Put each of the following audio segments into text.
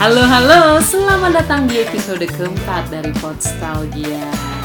Halo, selamat datang di episode keempat dari Podstalgia.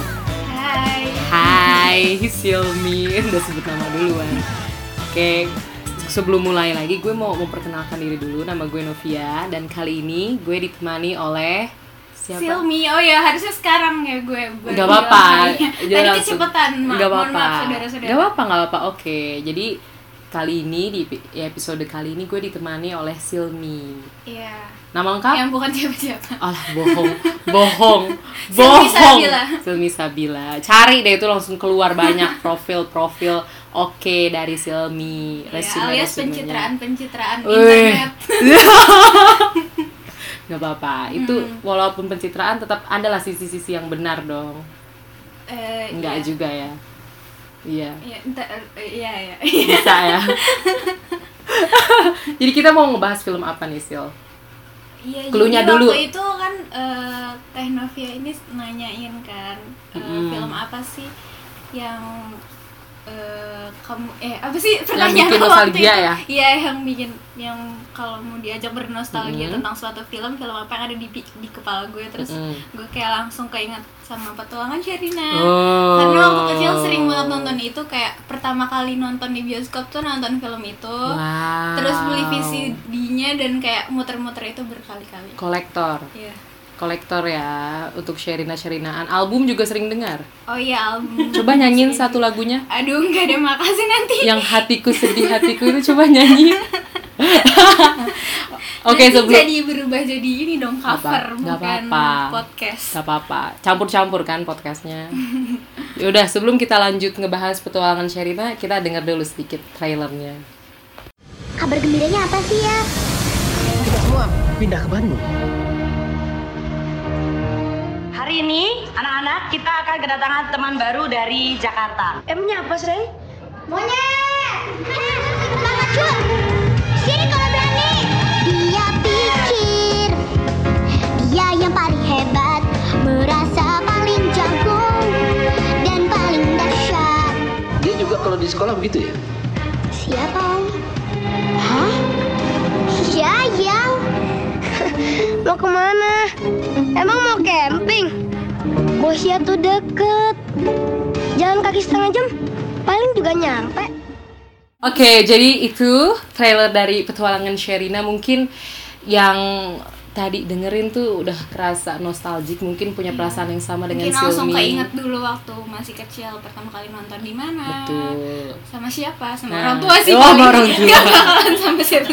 Hai, Silmi, udah sebut nama duluan. Oke, sebelum mulai lagi gue mau memperkenalkan diri dulu. Nama gue Novia dan kali ini gue ditemani oleh siapa? Silmi. Oh ya, harusnya sekarang ya gue. Gak apa-apa. Tadi kecepatan, Gak mohon apa-apa. maaf saudara-saudara. Gak apa-apa. Oke, jadi kali ini di episode kali ini gue ditemani oleh Silmi. Iya. Nama lengkap? Yang bukan siapa-siapa. Alah, bohong. Silmi Sabila. Cari deh itu langsung keluar banyak profil oke dari Silmi. Ya, alias Resume-resumenya. pencitraan internet. Gak apa-apa. Itu walaupun pencitraan tetap adalah sisi-sisi yang benar dong. Enggak iya. juga ya. Iya. Iya. Bisa ya. Jadi kita mau ngebahas film apa nih, Sil? Iya, Cluenya jadi dulu. waktu itu kan Teh Novia ini nanyain kan film apa sih yang kamu apa sih pertanyaan bikin waktu nostalgia itu? ya? Iya, yang kalau mau diajak bernostalgia tentang suatu film apa yang ada di kepala gue, terus gue kayak langsung keinget sama Petualangan Sherina. Karena waktu kecil sering banget nonton itu, kayak pertama kali nonton di bioskop tuh nonton film itu. Wow. Terus beli VCD-nya dan kayak muter-muter itu berkali-kali. Iya. Kolektor ya untuk Sherina-Sherinaan. Album juga sering dengar. Oh iya, album. Coba nyanyiin satu lagunya. Aduh, enggak deh, makasih nanti. Yang hatiku sedih hatiku itu coba nyanyi. Oke, sebelum jadi berubah jadi ini dong, cover bukan podcast. Gak apa-apa. Campur-campur kan podcastnya. Yaudah, sebelum kita lanjut ngebahas Petualangan Sherina, kita dengar dulu sedikit trailernya. Kabar gembiranya apa sih ya? Kita semua pindah ke Bandung. Hari ini, anak-anak, kita akan kedatangan teman baru dari Jakarta. Emangnya apa, Srey? Monyet! Semangat, Cuk! Sini kalau berani! Dia pikir dia yang paling hebat, merasa paling jago dan paling dahsyat. Dia juga kalau di sekolah begitu ya? Siapa, Om? Hah? Yayang? Mau kemana? Emang mau camping? Bosnya tuh deket. Jalan kaki setengah jam, paling juga nyampe. Oke, jadi itu trailer dari Petualangan Sherina. Mungkin yang tadi dengerin tuh udah kerasa nostalgic, mungkin punya perasaan yang sama dengan Mungkin langsung Silmi. keinget dulu waktu masih kecil pertama kali nonton di mana. Betul. Sama siapa? Sama Nah, orang tua sih. sama orang tua. Gak bakalan sama siapa.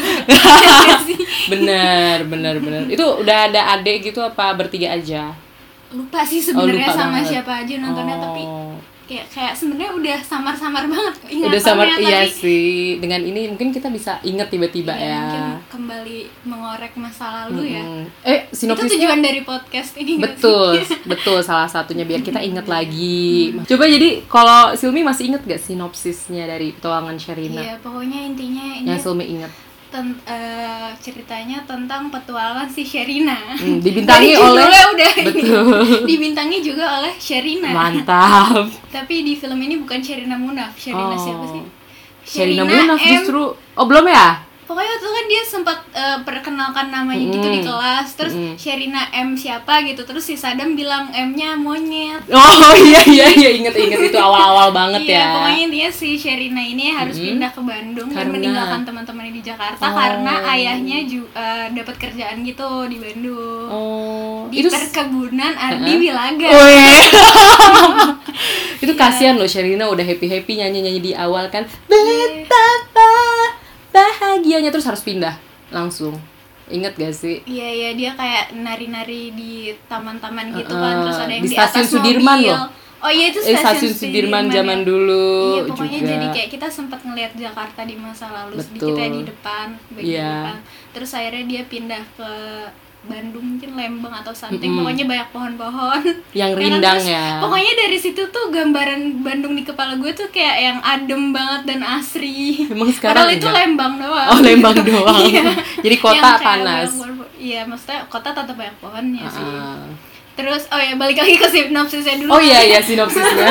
Bener. Itu udah ada adik gitu apa bertiga aja? Lupa sih sebenarnya lupa sama banget. siapa aja nontonnya, tapi Oh. kayak sebenarnya udah samar-samar banget ingatannya. Udah sama, tapi iya sih. Dengan ini mungkin kita bisa inget tiba-tiba iya, ya. mungkin kembali mengorek masa lalu ya. Itu Sinopsisnya tujuan dari podcast ini nggak sih? betul salah satunya biar kita inget lagi. Coba jadi kalau Silmi masih inget gak sinopsisnya dari Petualangan Sherina? Iya, pokoknya intinya ini Yang Silmi inget. ceritanya tentang petualangan si Sherina. Dibintangi Dari oleh judulnya udah betul. dibintangi juga oleh Sherina. Mantap. Tapi di film ini bukan Sherina Munaf. Sherina siapa sih? Sherina Munaf M. justru. Oh, belum ya? Pokoknya waktu itu kan dia sempat perkenalkan namanya gitu di kelas. Terus Sherina M siapa gitu. Terus si Sadam bilang M-nya monyet. Oh iya inget itu awal-awal banget Iya, ya. pokoknya intinya si Sherina ini harus pindah ke Bandung dan Karena- meninggalkan teman-temannya di Jakarta karena ayahnya dapat kerjaan gitu di Bandung. Oh, Di perkebunan Ardi Wilaga. Oh iya. Itu kasihan loh, Sherina udah happy nyanyi di awal kan. Betapa bahagianya, terus harus pindah langsung. Ingat gak sih? Iya, dia kayak nari-nari di taman-taman gitu kan, terus ada yang di di Stasiun atas Sudirman mobil. loh. Oh iya, itu Stasiun Sudirman zaman ya. dulu Iya, pokoknya juga. jadi kayak kita sempat ngelihat Jakarta di masa lalu, Betul. sedikitnya di depan, bagian Iya. depan. Terus akhirnya dia pindah ke Bandung, mungkin Lembang atau something. Pokoknya banyak pohon-pohon Yang kan? rindang Terus ya. Pokoknya dari situ tuh gambaran Bandung di kepala gue tuh kayak yang adem banget dan asri. Emang sekarang Padahal itu enggak? Lembang doang. Oh, Lembang doang. Iya. Jadi kota Yang kayak panas. banyak pohon-pohon. Iya, maksudnya kota tetap banyak pohonnya sih. Ah. Terus balik lagi ke sinopsisnya dulu. Oh iya sinopsisnya.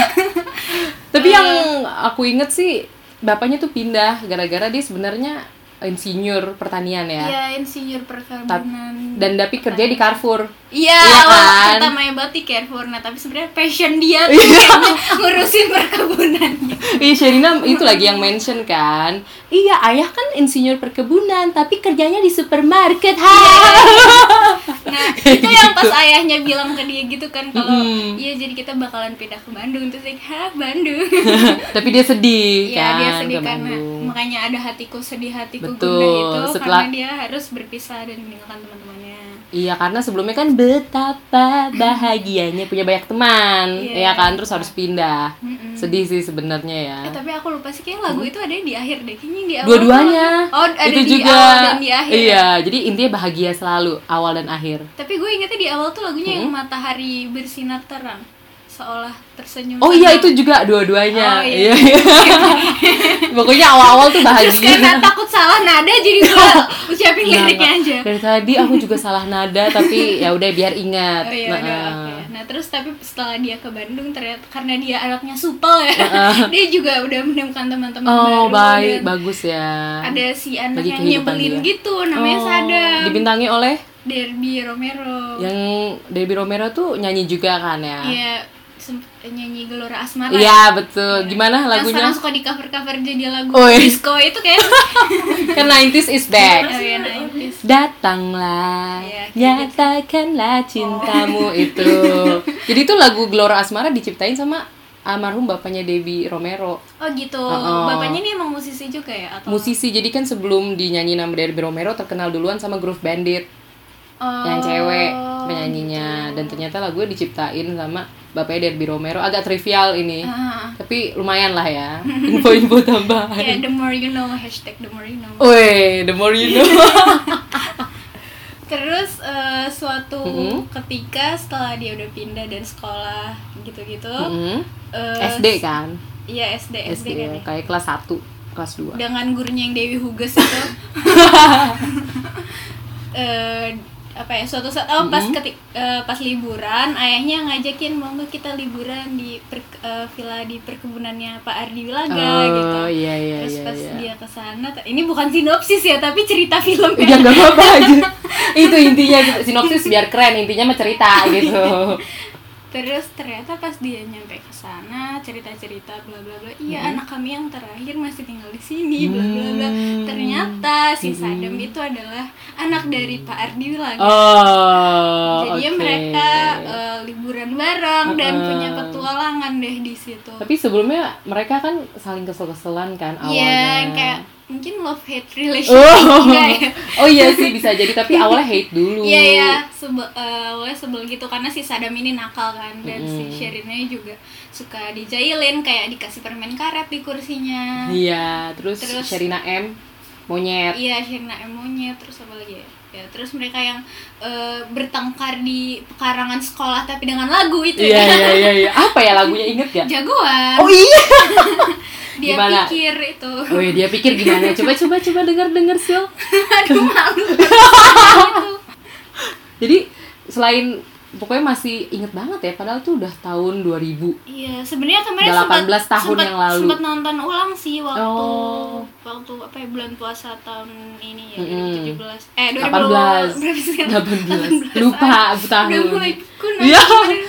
Tapi yang aku inget sih bapaknya tuh pindah gara-gara dia sebenarnya insinyur pertanian ya. Iya, insinyur perkebunan. Dan tapi kerja di Carrefour. Iya, kan? pertamanya banget di Carrefour. Nah, tapi sebenarnya passion dia tuh kayaknya ngurusin perkebunannya. Iya, Sherina itu lagi yang mention kan. Iya, ayah kan insinyur perkebunan, tapi kerjanya di supermarket. Nah, itu yang pas ayahnya bilang ke dia gitu kan, kalau iya jadi kita bakalan pindah ke Bandung. Terus dia, Bandung. Tapi dia sedih Iya, kan. dia sedih ke karena Bandung. makanya ada hatiku sedih, hatiku Betul, gundah itu setelah- karena dia harus berpisah dan meninggalkan teman-temannya. Iya, karena sebelumnya kan betapa bahagianya punya banyak teman, Iya. ya kan, terus harus pindah. Sedih sih sebenarnya ya. Tapi aku lupa sih, kayak lagu itu ada di akhir deh, kayaknya di awal. Dua-duanya. Oh, ada itu di juga. awal dan di akhir. Iya, jadi intinya bahagia selalu awal dan akhir. Tapi gue ingetnya di awal tuh lagunya yang matahari bersinar terang, seolah tersenyum. Oh iya, tenang. itu juga dua-duanya. Oh, iya. Pokoknya awal-awal tuh bahagia. Terus karena takut salah nada jadi gue ucapin Nggak, liriknya nggak. aja. Dari tadi aku juga salah nada, tapi ya udah biar ingat. Oh iya, Nah, udah, oke. Nah terus tapi setelah dia ke Bandung ternyata karena dia anaknya supel ya, dia juga udah menemukan teman-teman Oh, baru. baik, dan bagus ya. ada si anak Bagi yang kehidupan nyebelin dia. gitu, namanya Sadam. Dibintangi oleh Derby Romero. yang Derby Romero tuh nyanyi juga kan ya? Iya, nyanyi Gelora Asmara. Iya, betul. Gimana Yang lagunya? sekarang suka di cover-cover jadi lagu Oh, iya. disco itu kayak Kan 90s is back. oh ya 90s. Datanglah, Iya, kayak nyatakanlah cintamu itu. Jadi itu lagu Gelora Asmara diciptain sama almarhum bapaknya Derby Romero. Oh gitu. Oh. Bapaknya ini emang musisi juga ya atau Musisi, jadi kan sebelum dinyanyi nama Derby Romero terkenal duluan sama Groove Bandit. Yang cewek penyanyinya, dan ternyata lagunya diciptain sama bapaknya Derby Romero. Agak trivial ini, tapi lumayan lah ya, info-info tambahan. Kayak the more you know, hashtag the more you know. Weh, the more you know. Terus suatu ketika setelah dia udah pindah dan sekolah gitu-gitu, SD kan? Iya SD SD kan ya, ya. kayak kelas 1, kelas 2. Dengan gurunya yang Dewi Huges itu. Apa ya, suatu saat pas liburan ayahnya ngajakin mau nggak kita liburan di villa di perkebunannya Pak Ardi Wilaga gitu. Iya, iya, Terus iya, pas iya. dia kesana, ini bukan sinopsis ya tapi cerita film Ya nggak apa-apa aja. Itu intinya, sinopsis biar keren, intinya mah cerita gitu. Terus ternyata pas dia nyampe ke sana cerita-cerita bla bla bla, iya anak kami yang terakhir masih tinggal di sini bla bla bla. Ternyata si Sadam itu adalah anak dari Pak Ardi Wilaga. Oh, Jadi oke. mereka liburan bareng dan punya petualangan deh di situ. Tapi sebelumnya mereka kan saling kesel-keselan kan awalnya. Iya, yang kayak mungkin love hate relationship enggak ya? Oh iya sih bisa jadi, tapi awalnya hate dulu. Iya iya, awalnya sebel gitu karena si Sadam ini nakal kan, dan si Sherina juga suka dijailin kayak dikasih permen karet di kursinya. Iya, terus Sherina M monyet. Iya, Sherina M monyet, terus apa lagi ya? Ya, terus mereka yang bertengkar di pekarangan sekolah tapi dengan lagu itu Iya, ya. iya. Apa ya lagunya, inget gak? Jagoan. Oh iya. Dia Gimana? pikir itu. Oh iya, dia pikir gimana? Coba dengar Sil. Aduh malu. Jadi selain pokoknya masih inget banget ya, padahal tuh udah tahun 2000. Iya, sebenarnya kemarin Udah 18 tahun yang lalu. sempat nonton ulang sih waktu Oh. waktu apa ya, bulan puasa tahun ini ya, 2017. 18. Berapa sih? 18. Lupa tahun. Udah mulai kuno. Iya.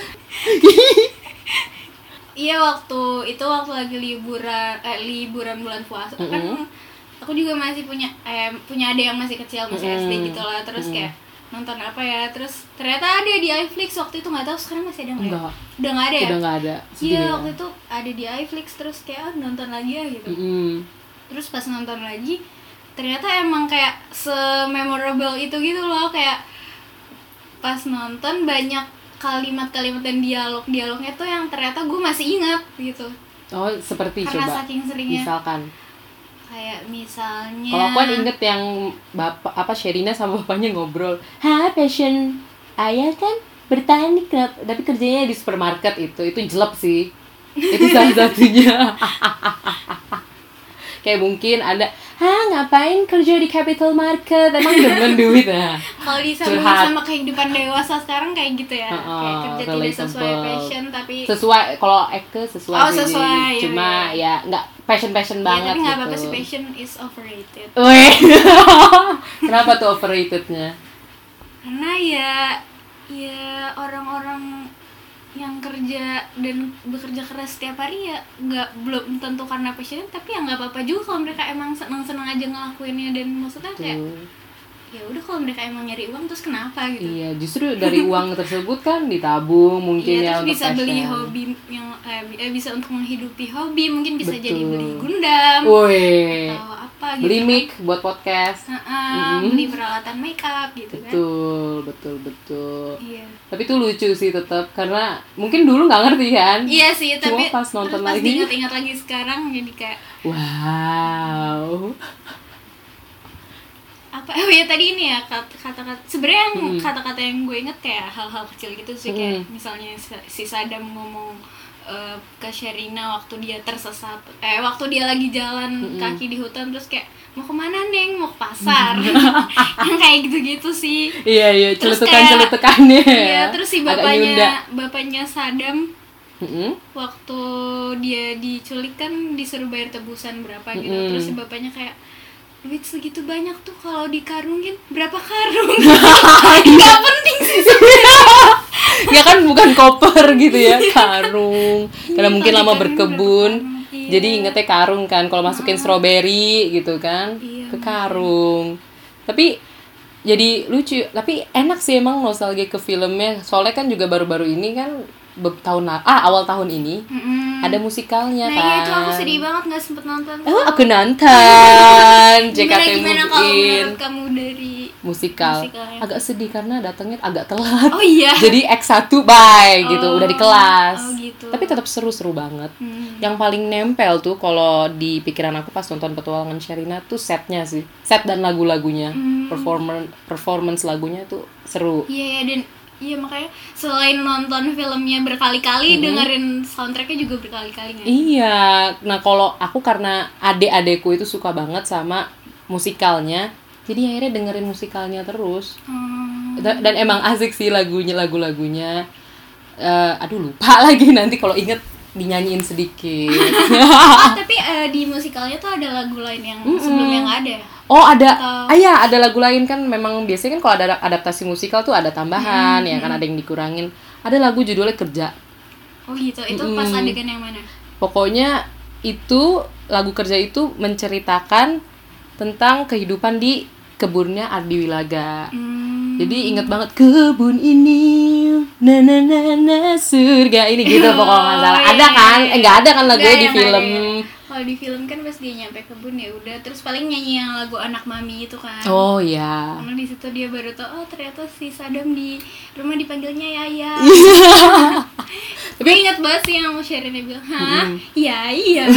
Iya, waktu lagi liburan bulan puasa kan aku juga masih punya adik yang masih kecil, masih SD gitu lah. Terus kayak nonton apa ya, terus ternyata ada di iFlix waktu itu, nggak tahu sekarang masih ada nggak ya? Enggak. Udah nggak ada ya? Udah nggak ada. Sedih Iya, ya. waktu itu ada di iFlix, terus kayak nonton lagi ya gitu. Terus pas nonton lagi ternyata emang kayak se-memorable itu gitu loh, kayak pas nonton banyak kalimat-kalimat dan dialognya tuh yang ternyata gue masih ingat gitu. Oh, seperti Karena coba. saking seringnya. Misalkan. Kayak misalnya Kalau aku kan inget yang bapak Sherina sama bapaknya ngobrol. Passion ayah kan bertani klub, tapi kerjanya di supermarket itu jelek sih. Itu salah satunya. Kayak mungkin ada, ngapain kerja di capital market, emang demen duit ya. Kalau disambung sama kehidupan dewasa sekarang kayak gitu ya, kayak kerja tidak sesuai passion tapi sesuai, kalau Eke sesuai, sesuai cuma ya nggak passion banget tapi nggak gitu. apa-apa sih, passion is overrated. Weh. Kenapa tuh overratednya? Karena ya orang-orang yang kerja dan bekerja keras setiap hari ya belum tentu karena passion, tapi ya nggak apa-apa juga kalau mereka emang senang aja ngelakuinnya, dan maksudnya kayak ya udah kalau mereka emang nyari uang terus kenapa gitu. Iya, justru dari uang tersebut kan ditabung mungkin ya untuk bisa passion. beli hobi yang bisa untuk menghidupi hobi, mungkin bisa jadi beli Gundam atau apa gitu, beli mic buat podcast, beli peralatan make up gitu kan. Betul. Iya. Tapi itu lucu sih tetap, karena mungkin dulu nggak ngerti kan. Iya sih, cuma tapi pas nonton pas lagi diingat-ingat lagi sekarang jadi kayak wow. Apa ya tadi ini ya kata-kata sebenarnya yang kata-kata yang gue inget kayak hal-hal kecil gitu sih, kayak misalnya si Sadam ngomong ke Sherina waktu dia tersesat, waktu dia lagi jalan kaki di hutan, terus kayak mau kemana Neng, mau ke pasar. Yang kayak gitu-gitu sih. Iya celetukannya. Iya, terus si bapaknya Sadam waktu dia diculik kan disuruh bayar tebusan berapa gitu, terus si bapaknya kayak duit segitu banyak tuh kalau dikarungin berapa karung? Gak penting sih ya kan bukan koper gitu ya, karung, karena mungkin lama berkebun, jadi ingetnya karung kan, kalau masukin stroberi gitu kan ke karung. Tapi jadi lucu, tapi enak sih emang nostalgia ke filmnya, soalnya kan juga baru-baru ini kan awal tahun ini ada musikalnya kan. Nah itu aku sedih banget nggak sempet nonton. Aku nonton JKT Gimana kalau menurut kamu dari musikalnya? Agak sedih karena datangnya agak telat. Oh iya. Jadi X1 bye gitu, udah di kelas. Gitu. Tapi tetap seru banget. Yang paling nempel tuh kalau di pikiran aku pas nonton Petualangan Sherina tuh setnya sih, set dan lagu-lagunya, performance lagunya tuh seru. Iya dan iya makanya selain nonton filmnya berkali-kali, dengerin soundtracknya juga berkali-kali kan? Iya, nah kalau aku karena adik-adekku itu suka banget sama musikalnya, jadi akhirnya dengerin musikalnya terus. Dan emang asik sih lagu-lagunya. Aduh lupa lagi, nanti kalau inget dinyanyiin sedikit. Tapi di musikalnya tuh ada lagu lain yang sebelumnya nggak ada. Oh ada, iya ada lagu lain kan, memang biasanya kan kalau ada adaptasi musikal tuh ada tambahan ya kan, ada yang dikurangin. Ada lagu judulnya Kerja. Oh gitu, itu pas adegan yang mana? Pokoknya itu lagu Kerja itu menceritakan tentang kehidupan di kebunnya Ardi Wilaga. Jadi inget banget kebun ini, na surga ini gitu pokoknya nggak salah. Ada kan? Nggak ada kan lagunya di film. Kalau di film kan pas dia nyampe kebun ya udah, terus paling nyanyi yang lagu Anak Mami itu kan. Oh iya. Karena di situ dia baru tahu, oh ternyata si Sadam di rumah dipanggilnya Yaya. Tapi ingat banget sih yang mau Sherina bilang, iya.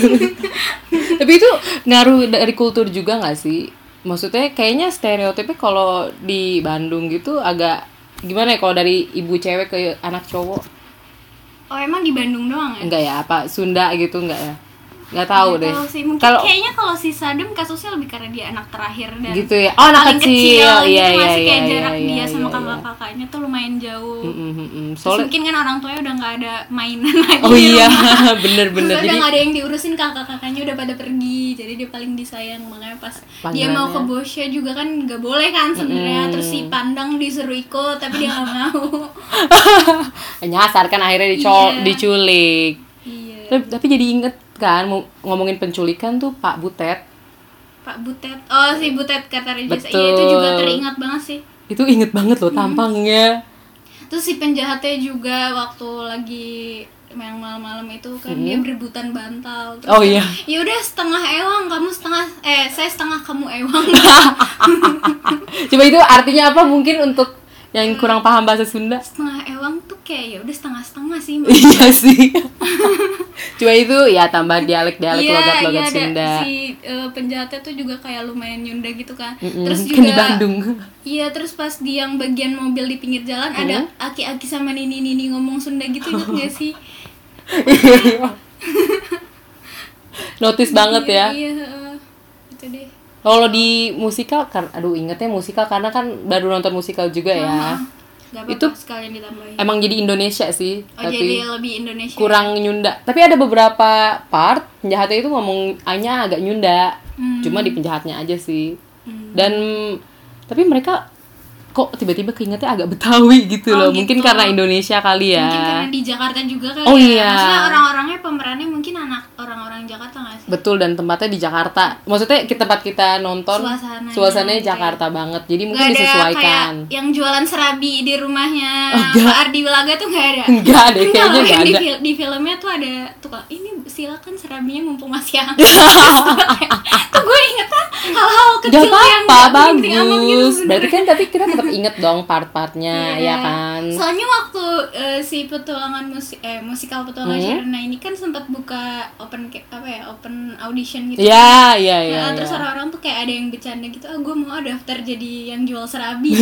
Tapi itu ngaruh dari kultur juga nggak sih? Maksudnya kayaknya stereotipnya kalau di Bandung gitu agak gimana ya, kalau dari ibu cewek ke anak cowok? Oh emang di Bandung doang ya? Enggak ya, apa Sunda gitu enggak ya? Nggak tahu deh. Kayaknya kalau si Sadam kasusnya lebih karena dia anak terakhir dan gitu ya. Oh, anak kecil. Iya, masih kayak jarak dia sama kakak-kakaknya tuh lumayan jauh. Terus mungkin kan orang tuanya udah nggak ada mainan lagi. Oh iya, bener. Terus udah nggak ada yang diurusin, kakak-kakaknya udah pada pergi, jadi dia paling disayang. Makanya pas dia mau ke Bosya juga kan nggak boleh kan sebenarnya. Terus si Pandang disuruh ikut, tapi dia nggak mau. Nyasar kan akhirnya diculik. Iya. Tapi jadi inget kan ngomongin penculikan tuh Pak Butet. Oh si Butet Kartarejasa. Iya itu juga teringat banget sih. Itu inget banget loh tampangnya. Terus si penjahatnya juga waktu lagi yang malam-malam itu kan dia berebutan bantal. Terus oh iya. Ya udah setengah ewang kamu setengah, saya setengah kamu ewang. Coba itu artinya apa mungkin untuk yang kurang paham bahasa Sunda? Setengah ewang tuh kayak ya udah setengah-setengah sih. Iya sih. Cuma itu ya tambah dialek-dialek logat-logat Sunda. Si penjahatnya tuh juga kayak lumayan Nyunda gitu kan. Terus juga juga di Bandung. Iya, terus pas di yang bagian mobil di pinggir jalan ada aki-aki sama nini ngomong Sunda gitu, inget gak sih? Notice banget ya. Iya, itu deh. Kalau di musikal kan, aduh ingetnya musikal karena kan baru nonton musikal juga ya. Gak Itu apa-apa sekalian ditambahin. Emang jadi Indonesia sih, jadi tapi lebih Indonesia. kurang nyunda. Tapi ada beberapa part penjahatnya itu ngomong A-nya agak nyunda, cuma di penjahatnya aja sih. Dan tapi mereka kok tiba-tiba keingetnya agak Betawi gitu loh. Gitu. Mungkin karena Indonesia kali ya. Mungkin karena di Jakarta juga kali Oh, ya. iya. Maksudnya orang-orangnya pemerannya mungkin anak orang-orang Jakarta nggak sih? Betul, dan tempatnya di Jakarta. Maksudnya tempat kita nonton suasananya Jakarta banget. Jadi mungkin gak ada disesuaikan. kayak yang jualan serabi di rumahnya Pak Ardi Wilaga tuh nggak ada. Enggak deh, kayaknya enggak ada. Di filmnya tuh ada tukang, ini silakan serabinya mumpung masih hangat. Tuh gue inget kan hal-hal kecil yang apa-apa, gak penting amat gitu. bagus. Berarti kan tapi kita tetap inget dong part-partnya, ya kan. Soalnya waktu si petualangan musikal petualangan Sherina ini kan sempat buka open audition gitu. Iya. Terus orang-orang tuh kayak ada yang bercanda gitu, gue mau daftar jadi yang jual serabi.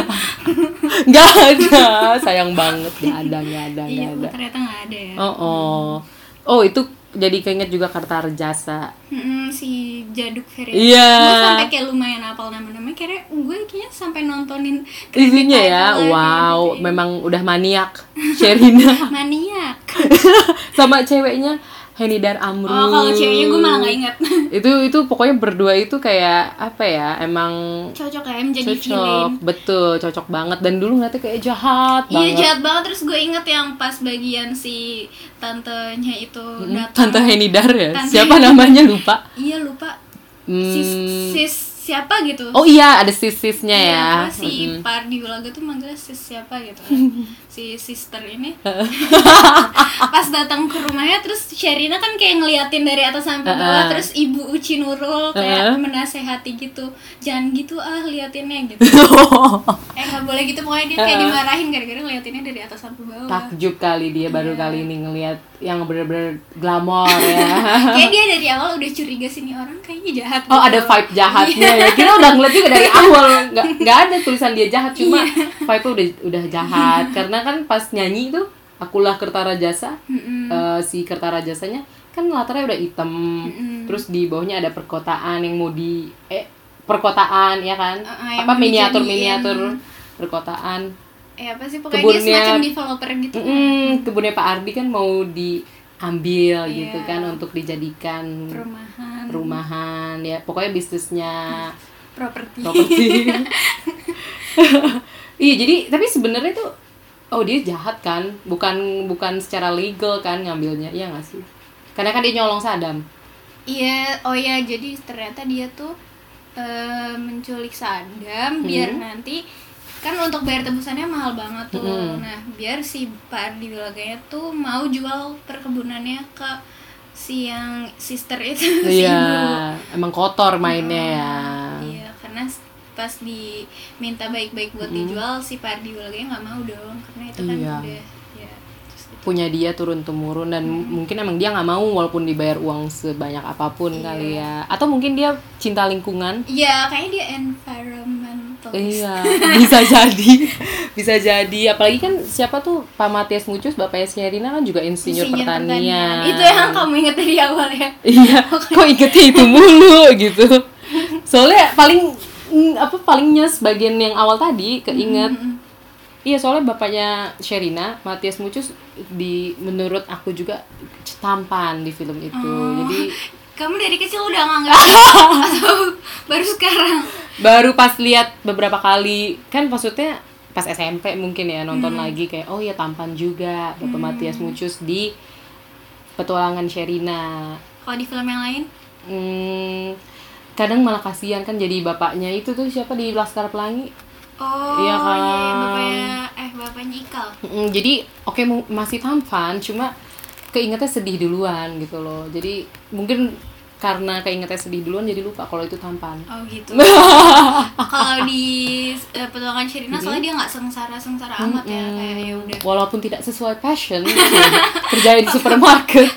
Nggak ada, sayang banget, nggak ada. Iya, ternyata nggak ada ya. Oh itu jadi keinget juga Kertarejasa. Si Jaduk Ferry. Iya. Gue sampai kayak lumayan hafal nama-namanya. Kayaknya sampai nontonin isinya ya. Wow, gitu. memang udah maniak Sherina. Maniak. Sama ceweknya Henidar Amrul. Oh, kalau ceweknya gue malah nggak ingat. itu pokoknya berdua itu kayak apa ya, emang cocok ya menjadi villain. Betul, cocok banget. Dan dulu ngeliatnya kayak jahat banget. Iya, jahat banget. Terus gue inget yang pas bagian si tantenya itu datang. Tante Henidar ya? Siapa namanya, lupa. Iya, lupa. Sis siapa gitu. Oh iya, ada sis-sisnya ya. Terus si Pak Ardi Wilaga tuh manggilnya sis siapa gitu. Si sister ini pas datang ke rumahnya, terus Sherina kan kayak ngeliatin dari atas sampai bawah. Terus Ibu Uci Nurul kayak menasehati gitu, jangan gitu liatinnya gitu. Gak boleh gitu, pokoknya dia kayak dimarahin gara-gara ngeliatinnya dari atas sampai bawah. Takjub kali dia baru kali ini ngeliat yang bener-bener glamor ya. Kayak dia dari awal udah curiga sini orang kayaknya jahat. Oh gitu. Ada vibe jahatnya ya. Kita udah ngeliat juga dari awal, nggak ada tulisan dia jahat, cuma vibe-nya udah jahat. Karena kan pas nyanyi tuh Akulah Kertarejasa, si Kertarejasanya kan latarnya udah hitam, terus di bawahnya ada perkotaan yang mau perkotaan ya kan, apa miniatur perkotaan. Apa sih pokoknya dia semacam developer gitu. Kebunnya Pak Ardi kan mau diambil gitu kan untuk dijadikan perumahan ya, pokoknya bisnisnya properti. Iya, jadi tapi sebenarnya tuh dia jahat kan, bukan secara legal kan ngambilnya, iya nggak sih? Karena kan dia nyolong Saddam. Iya, jadi ternyata dia tuh menculik Saddam biar nanti kan untuk bayar tebusannya mahal banget tuh. Nah, biar si Pak Ardi Wilaganya tuh mau jual perkebunannya ke si yang sister itu. Iya, emang kotor mainnya ya. Iya, karena pas diminta baik-baik buat dijual, si Pak Ardi Wilaganya nggak mau dong, karena itu kan udah punya dia turun-temurun, dan mungkin emang dia nggak mau walaupun dibayar uang sebanyak apapun kali ya. Atau mungkin dia cinta lingkungan. Iya, kayaknya dia environmentalist. Iya, bisa jadi. Apalagi kan siapa tuh Pak Matias Mucus, bapaknya Sherina kan juga insinyur pertanian. Itu yang kamu ingat dari awal ya? Iya, kok ingetnya itu mulu gitu. Soalnya paling nyes bagian yang awal tadi keinget. Iya, soalnya bapaknya Sherina, Matias Mucus, menurut aku juga tampan di film itu. Jadi kamu dari kecil udah nganggap atau baru sekarang? Baru pas lihat beberapa kali, kan maksudnya pas SMP mungkin ya nonton lagi kayak iya tampan juga Bapak Matias Mucus di Petualangan Sherina. Kalau di film yang lain? Kadang malah kasihan kan jadi bapaknya itu tuh siapa di Laskar Pelangi. Iya kan. Bapaknya Ikal. Jadi masih tampan, cuma keingetnya sedih duluan gitu loh. Jadi mungkin karena keingetnya sedih duluan jadi lupa kalau itu tampan. Oh gitu. Kalau di Petualangan Sherina soalnya dia nggak sengsara amat ya, kayak ya udah. Walaupun tidak sesuai passion, kerja di supermarket.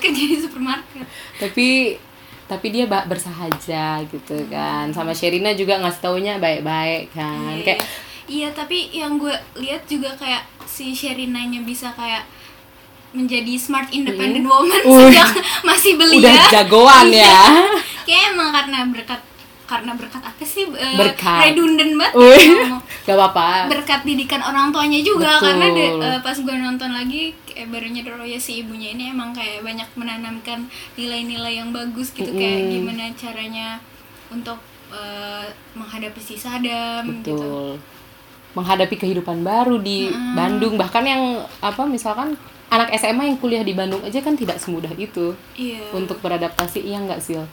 Tapi dia bersahaja gitu kan. Sama Sherina juga ngasih taunya baik-baik kan. Iya, tapi yang gue lihat juga kayak si Sherinanya bisa kayak menjadi smart independent woman sejak masih belia. Udah jagoan ya. Kayak emang karena berkat apa sih? Berkat. Redundant banget. Gak apa-apa. Berkat didikan orang tuanya juga. Betul. Karena pas gue nonton lagi baru nyadar ya si ibunya ini emang kayak banyak menanamkan nilai-nilai yang bagus gitu, kayak gimana caranya untuk menghadapi si Sadam. Betul. Gitu. Menghadapi kehidupan baru di Bandung, bahkan yang misalkan anak SMA yang kuliah di Bandung aja kan tidak semudah itu untuk beradaptasi. Iya nggak sih?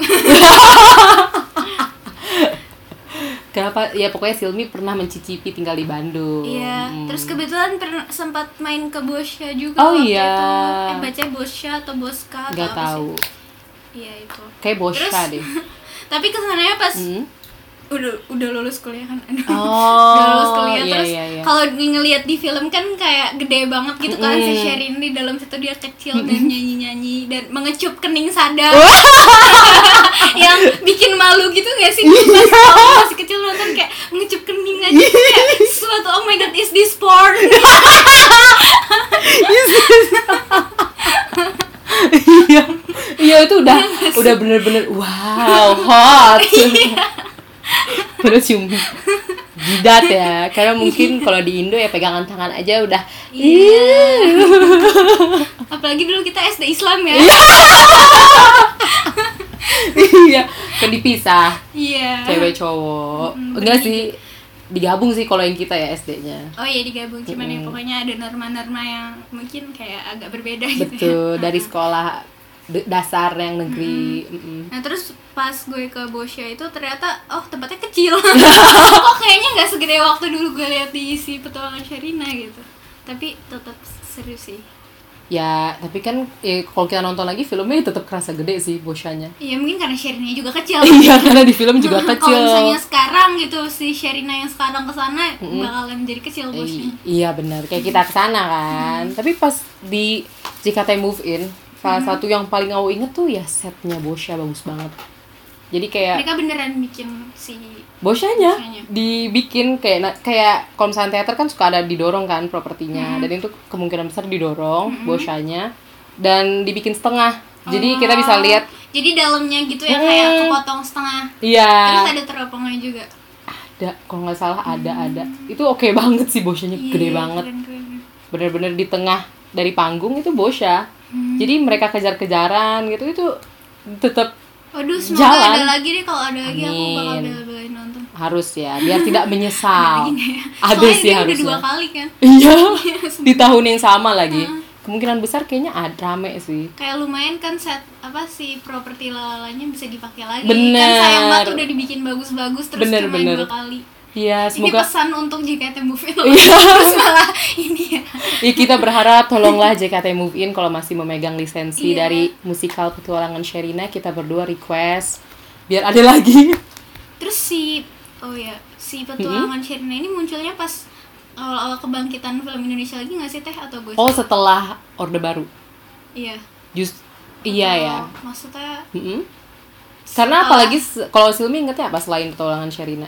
Kenapa? Ya pokoknya Silmi pernah mencicipi tinggal di Bandung. Iya. Terus kebetulan sempat main ke Boscha juga. Oh iya. Baca Boscha atau Boska atau Gak apa tahu. Sih? Iya itu. Kayak Boscha deh. Tapi kesananya pas udah lulus kuliah kan. Oh. Udah lulus kuliah Iya, terus iya. kalau ngelihat di film kan kayak gede banget gitu kan si Sherin di dalam situ dia kecil dan nyanyi-nyanyi dan mengecup kening Sadam. Yang bikin malu gitu gak sih? Pas aku masih kecil nonton kayak mengecup kening aja kayak sesuatu, oh my god, is this porn? Iya itu udah bener-bener wow hot. Perlu cium jidat ya, karena mungkin kalau di Indo ya pegangan tangan aja udah. Apalagi dulu kita SD Islam ya. Iya kan dipisah. Iya. Cewek cowok. Enggak sih, digabung sih kalau yang kita ya SD-nya. Oh iya digabung, cuman ya pokoknya ada norma-norma yang mungkin kayak agak berbeda gitu. Betul, dari sekolah dasar yang negeri. Nah terus pas gue ke Boscha itu ternyata tempatnya kecil. Kok kayaknya nggak segede waktu dulu gue lihat di si Petualangan Sherina gitu. Tapi tetap seru sih. Ya tapi kan kalau kita nonton lagi filmnya tetap kerasa gede sih Boscha-nya. Iya mungkin karena Sherina juga kecil. Iya karena di film juga kecil. Kalau misalnya sekarang gitu si Sherina yang sekarang kesana bakalan jadi kecil Boscha. Iya benar, kayak kita kesana kan. Tapi pas di JKT Move In, salah satu yang paling aku inget tuh ya setnya Boscha bagus banget. Jadi kayak mereka beneran bikin si Boscha-nya dibikin kayak kalau misalnya teater kan suka ada didorong kan propertinya, dan itu kemungkinan besar didorong Boscha-nya dan dibikin setengah. Jadi kita bisa lihat. Jadi dalamnya gitu ya kayak kepotong setengah. Iya. Terus ada teropongnya juga. Ada, kalau nggak salah ada. Itu oke banget sih Boscha-nya, gede banget. Keren. Bener-bener di tengah dari panggung itu Boscha. Jadi mereka kejar-kejaran gitu itu tetap waduh, semoga jalan. ada lagi deh, kalau ada lagi aku bakal bela-belain nonton. Harus ya, biar tidak menyesal. Ada soalnya sih dia harusnya. udah 2 kali kan. Iya, di tahun yang sama lagi. Kemungkinan besar kayaknya rame sih. Kayak lumayan kan set si properti lalanya bisa dipakai lagi. Bener. Kan sayang banget udah dibikin bagus-bagus terus cuma 2 kali. Iya, Ini semoga pesan untuk JKT Move In. Iya. Terus malah ini ya. Ya, kita berharap tolonglah JKT Move In kalau masih memegang lisensi dari musikal Petualangan Sherina, kita berdua request biar ada lagi. Terus si Petualangan Sherina ini munculnya pas awal-awal kebangkitan film Indonesia lagi nggak sih Teh, atau gue? Oh, setelah Orde Baru. Iya. Iya ya. Maksudnya karena apalagi kalau Silmi ingetnya apa selain Petualangan Sherina?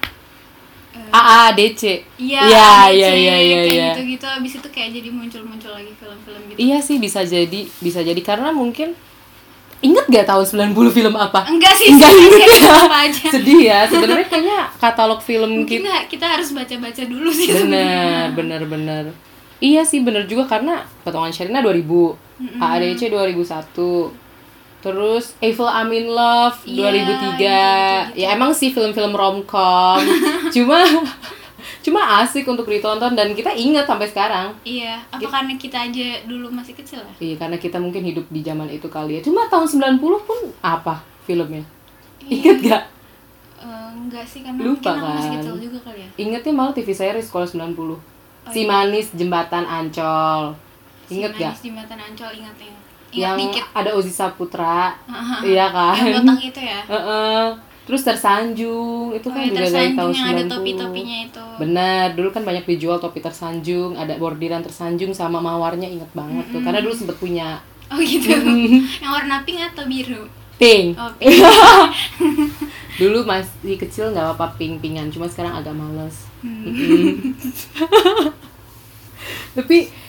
AADC. Iya. Gitu-gitu abis itu kayak jadi muncul lagi film-film gitu. Iya sih, bisa jadi karena mungkin inget gak tahun 90 film apa? Enggak sih, apa aja. Sedih ya, sebenarnya kayaknya katalog film mungkin kita harus baca-baca dulu sih. Bener. Iya sih, bener juga karena Petualangan Sherina 2000, AADC 2001. Terus Eiffel I'm in Love 2003. Gitu. Ya emang sih film-film romcom. cuma asik untuk ditonton dan kita ingat sampai sekarang. Iya, karena kita aja dulu masih kecil ya? Iya, karena kita mungkin hidup di zaman itu kali ya. Cuma tahun 90 pun apa filmnya? Ingat gak? Enggak sih, karena lupa mungkin aku masih kan? kecil juga kali ya. Ingatnya malah TV series sekolah 90. Si Manis Jembatan Ancol. Ingat gak? Si Manis Jembatan Ancol, ingat. Yang dikit. ada Ozi Saputra. Iya kan? Yang botak itu ya? Terus Tersanjung, itu kan juga dari tahun 90. Yang ada topi-topinya itu. Benar, dulu kan banyak dijual topi Tersanjung, ada bordiran Tersanjung sama mawarnya, inget banget tuh. Karena dulu sempet punya. Oh gitu. Yang warna pink atau biru? Pink. Oh, pink. Dulu masih kecil nggak apa-apa pink-pinkan, cuma sekarang agak males. Tapi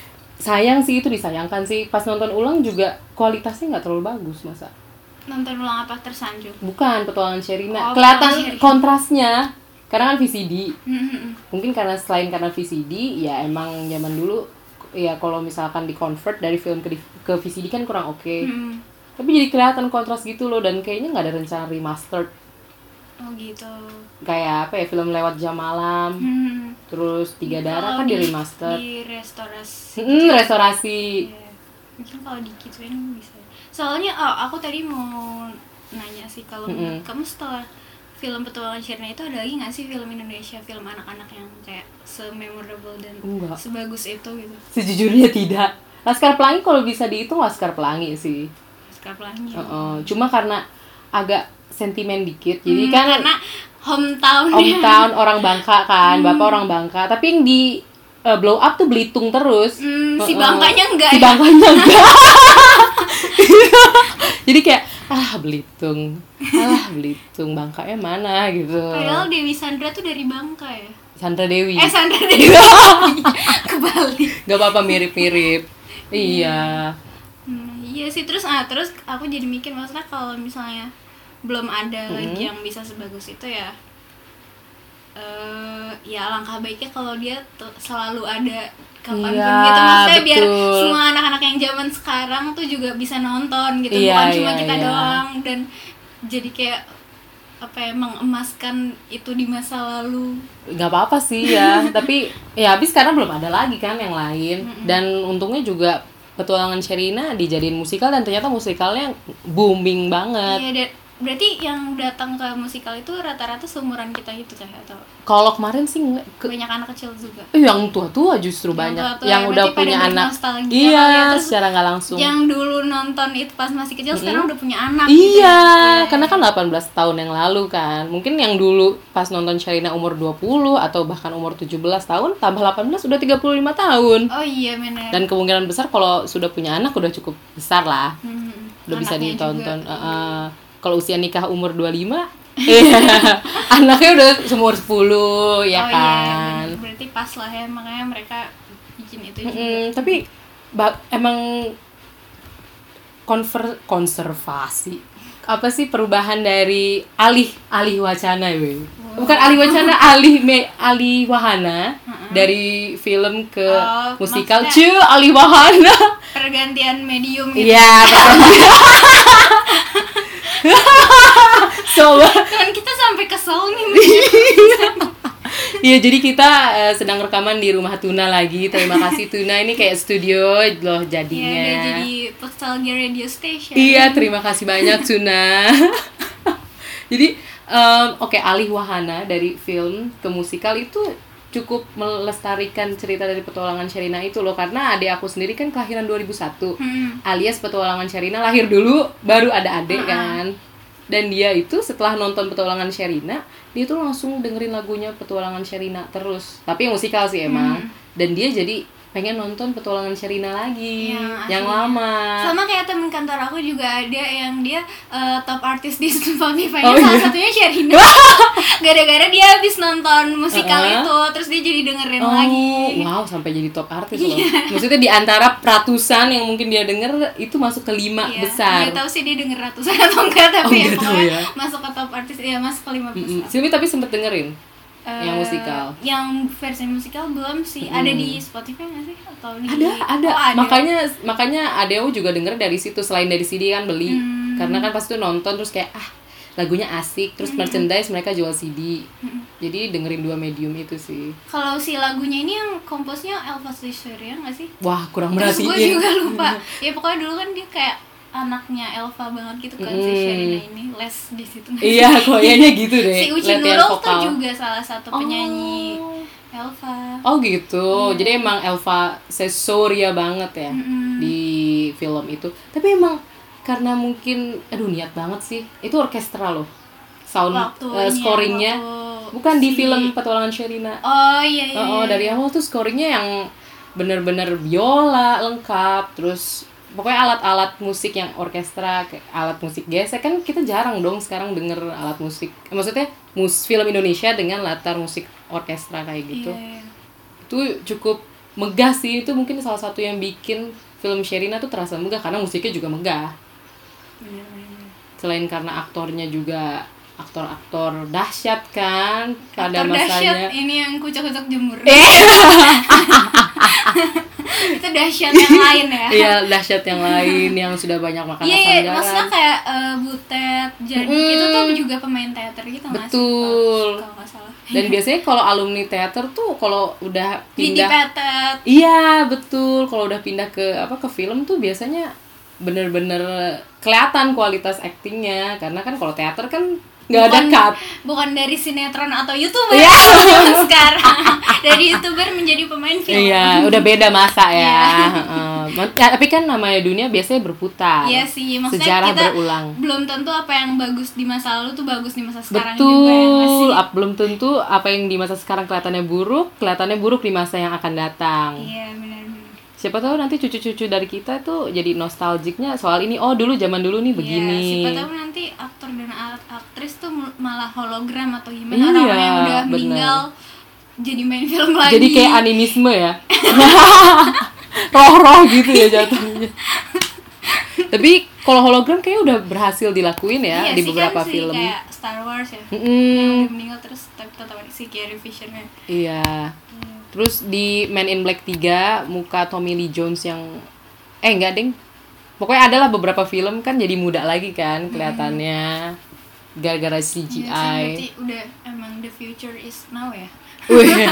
sayang sih, itu disayangkan sih. Pas nonton ulang juga kualitasnya nggak terlalu bagus masa. Nonton ulang apa Tersanjung? Bukan, Petualangan Sherina. Kelihatan kontrasnya. Karena kan VCD. Mungkin karena VCD, ya emang zaman dulu ya kalau misalkan di-convert dari film ke VCD kan kurang oke. Tapi jadi kelihatan kontras gitu loh, dan kayaknya nggak ada rencana remastered. Oh gitu. Kayak apa ya, film Lewat Jam Malam. Terus Tiga Darah kan di remaster. Di restorasi. Restorasi. Ya, mungkin kalau dikituin bisa. Soalnya aku tadi mau nanya sih, kalau kamu setelah film Petualangan Sherina itu ada lagi nggak sih film Indonesia, film anak-anak yang kayak se-memorable dan sebagus itu gitu? Sejujurnya tidak. Laskar Pelangi kalau bisa dihitung Laskar Pelangi sih. Laskar Pelangi. Cuma karena agak sentimen dikit, jadi kan karena hometown orang Bangka kan, bapak orang Bangka, tapi yang di blow up tuh Belitung terus. Si Bangkanya enggak. Jadi kayak Belitung, Bangkanya mana gitu. Padahal Dewi Sandra tuh dari Bangka ya. Sandra Dewi. Kebalik. Gak apa-apa, mirip-mirip. Iya. Iya sih, terus aku jadi mikir, maksudnya kalau misalnya belum ada lagi yang bisa sebagus itu ya, ya alangkah baiknya kalau dia selalu ada kapanpun gitu, maksudnya biar semua anak-anak yang zaman sekarang tuh juga bisa nonton gitu, bukan cuma kita doang, dan jadi kayak apa ya, mengemaskan itu di masa lalu. Nggak apa-apa sih ya. Tapi ya habis sekarang belum ada lagi kan yang lain. Dan untungnya juga Petualangan Sherina dijadiin musikal, dan ternyata musikalnya booming banget. Iya, berarti yang datang ke musikal itu rata-rata seumuran kita gitu Cah, atau? Kalau kemarin sih banyak anak kecil juga. Yang tua-tua justru banyak. Tua-tua, yang udah punya anak. Iya, secara nggak langsung. Yang dulu nonton itu pas masih kecil sekarang udah punya anak. Iya, gitu. Karena kan 18 tahun yang lalu kan. Mungkin yang dulu pas nonton Sherina umur 20 atau bahkan umur 17 tahun, tambah 18 udah 35 tahun. Oh iya, benar. Dan kemungkinan besar kalau sudah punya anak udah cukup besar lah. Udah bisa ditonton. Kalau usia nikah umur 25, anaknya udah umur 10, ya kan. Iya, berarti pas lah ya, makanya mereka bikin itu juga. Tapi emang konservasi. Apa sih perubahan dari alih wacana ya? Bukan alih wacana, alih wahana dari film ke musikal. Alih wahana. Pergantian medium gitu. Iya, kan kita sampai kesel nih. Iya, jadi kita sedang rekaman di rumah Tuna lagi. Terima kasih Tuna, ini kayak studio loh jadinya. Iya, jadi Nostalgia Radio Station. Iya, terima kasih banyak Tuna. Jadi alih wahana dari film ke musikal itu cukup melestarikan cerita dari Petualangan Sherina itu loh, karena adik aku sendiri kan kelahiran 2001, alias Petualangan Sherina lahir dulu baru ada adik kan, dan dia itu setelah nonton Petualangan Sherina dia tuh langsung dengerin lagunya Petualangan Sherina terus, tapi yang musikal sih emang, dan dia jadi pengen nonton Petualangan Sherina lagi yang lama. Sama kayak temen kantor aku juga ada yang dia top artis di Spotify-nya, salah satunya Sherina. Gara-gara dia habis nonton musikal itu, terus dia jadi dengerin lagi. Wow, sampai jadi top artis loh. Maksudnya di antara ratusan yang mungkin dia denger itu masuk ke 5 besar. Nggak tahu sih dia denger ratusan atau enggak, tapi pokoknya masuk ke top artis, masuk ke 5 besar. Silmi tapi sempet dengerin yang musikal. Yang versi musikal belum sih. Ada di Spotify nggak sih? Atau di... Ada. Makanya Adeo juga denger dari situ, selain dari CD kan beli. Karena kan pas itu nonton terus kayak lagunya asik, terus merchandise mereka jual CD. Jadi dengerin 2 medium itu sih. Kalau si lagunya ini yang komposnya Elva Syria nggak sih? Wah, kurang merhatiin. Gue juga lupa. Ya pokoknya dulu kan dia kayak anaknya Elva banget gitu kan, si Sherina ini les di situ. Iya, kayaknya gitu deh. Si Uci Nurul tuh juga salah satu penyanyi Elva. Oh gitu. Jadi emang Elva Syria banget ya di film itu. Tapi emang karena mungkin niat banget sih. Itu orkestra loh. Sound scoringnya bukan di film Petualangan Sherina. Oh iya. Dari awal tuh scoringnya yang bener-bener biola lengkap, terus pokoknya alat-alat musik yang orkestra, kayak alat musik gesek kan kita jarang dong sekarang denger alat musik. Maksudnya film Indonesia dengan latar musik orkestra kayak gitu. Itu cukup megah sih. Itu mungkin salah satu yang bikin film Sherina tuh terasa megah karena musiknya juga megah. Selain karena aktornya juga aktor-aktor dahsyat kan pada aktor masanya. Dahsyat ini yang kucak-kucak jemur. Itu dahsyat yang lain ya. Iya, dahsyat yang lain yang sudah banyak makan asam garam. Iya, maksudnya kayak Butet, Jaduk itu tuh juga pemain teater gitu nggak sih? Betul. Kalau nggak salah. Dan biasanya kalau alumni teater tuh kalau udah pindah Petet. iya, betul. Kalau udah pindah ke film tuh biasanya bener-bener kelihatan kualitas aktingnya karena kan kalau teater kan nggak ada cut. Bukan dari sinetron atau YouTuber Iya. sekarang. Dari YouTuber menjadi pemain film. Iya, udah beda masa ya. Tapi kan namanya dunia biasanya berputar. Iya sih, maksudnya sejarah kita berulang. belum tentu apa yang bagus di masa lalu tuh bagus di masa sekarang Betul. juga ya nggak sih? Belum tentu apa yang di masa sekarang kelihatannya buruk di masa yang akan datang. Iya, benar. Siapa tahu nanti cucu-cucu dari kita tuh jadi nostalgiknya soal ini. Oh, zaman dulu nih begini. Iya, siapa tahu nanti aktor dan aktris tuh malah hologram atau gimana, Iya, orang yang udah bener. meninggal jadi main film lagi. Jadi kayak animisme ya. Roh-roh gitu ya jatuhnya. Tapi kalau hologram kayaknya udah berhasil dilakuin ya di sih, beberapa kan, film. Kayak Star Wars ya. Yang udah meninggal terus tapi tetap ada si Carrie Fisher-nya. Iya. Terus di Men in Black 3 muka Tommy Lee Jones yang enggak deng. Pokoknya adalah beberapa film kan jadi muda lagi kan kelihatannya. Gara-gara CGI. Iya sih, berarti udah emang the future is now ya. Wih.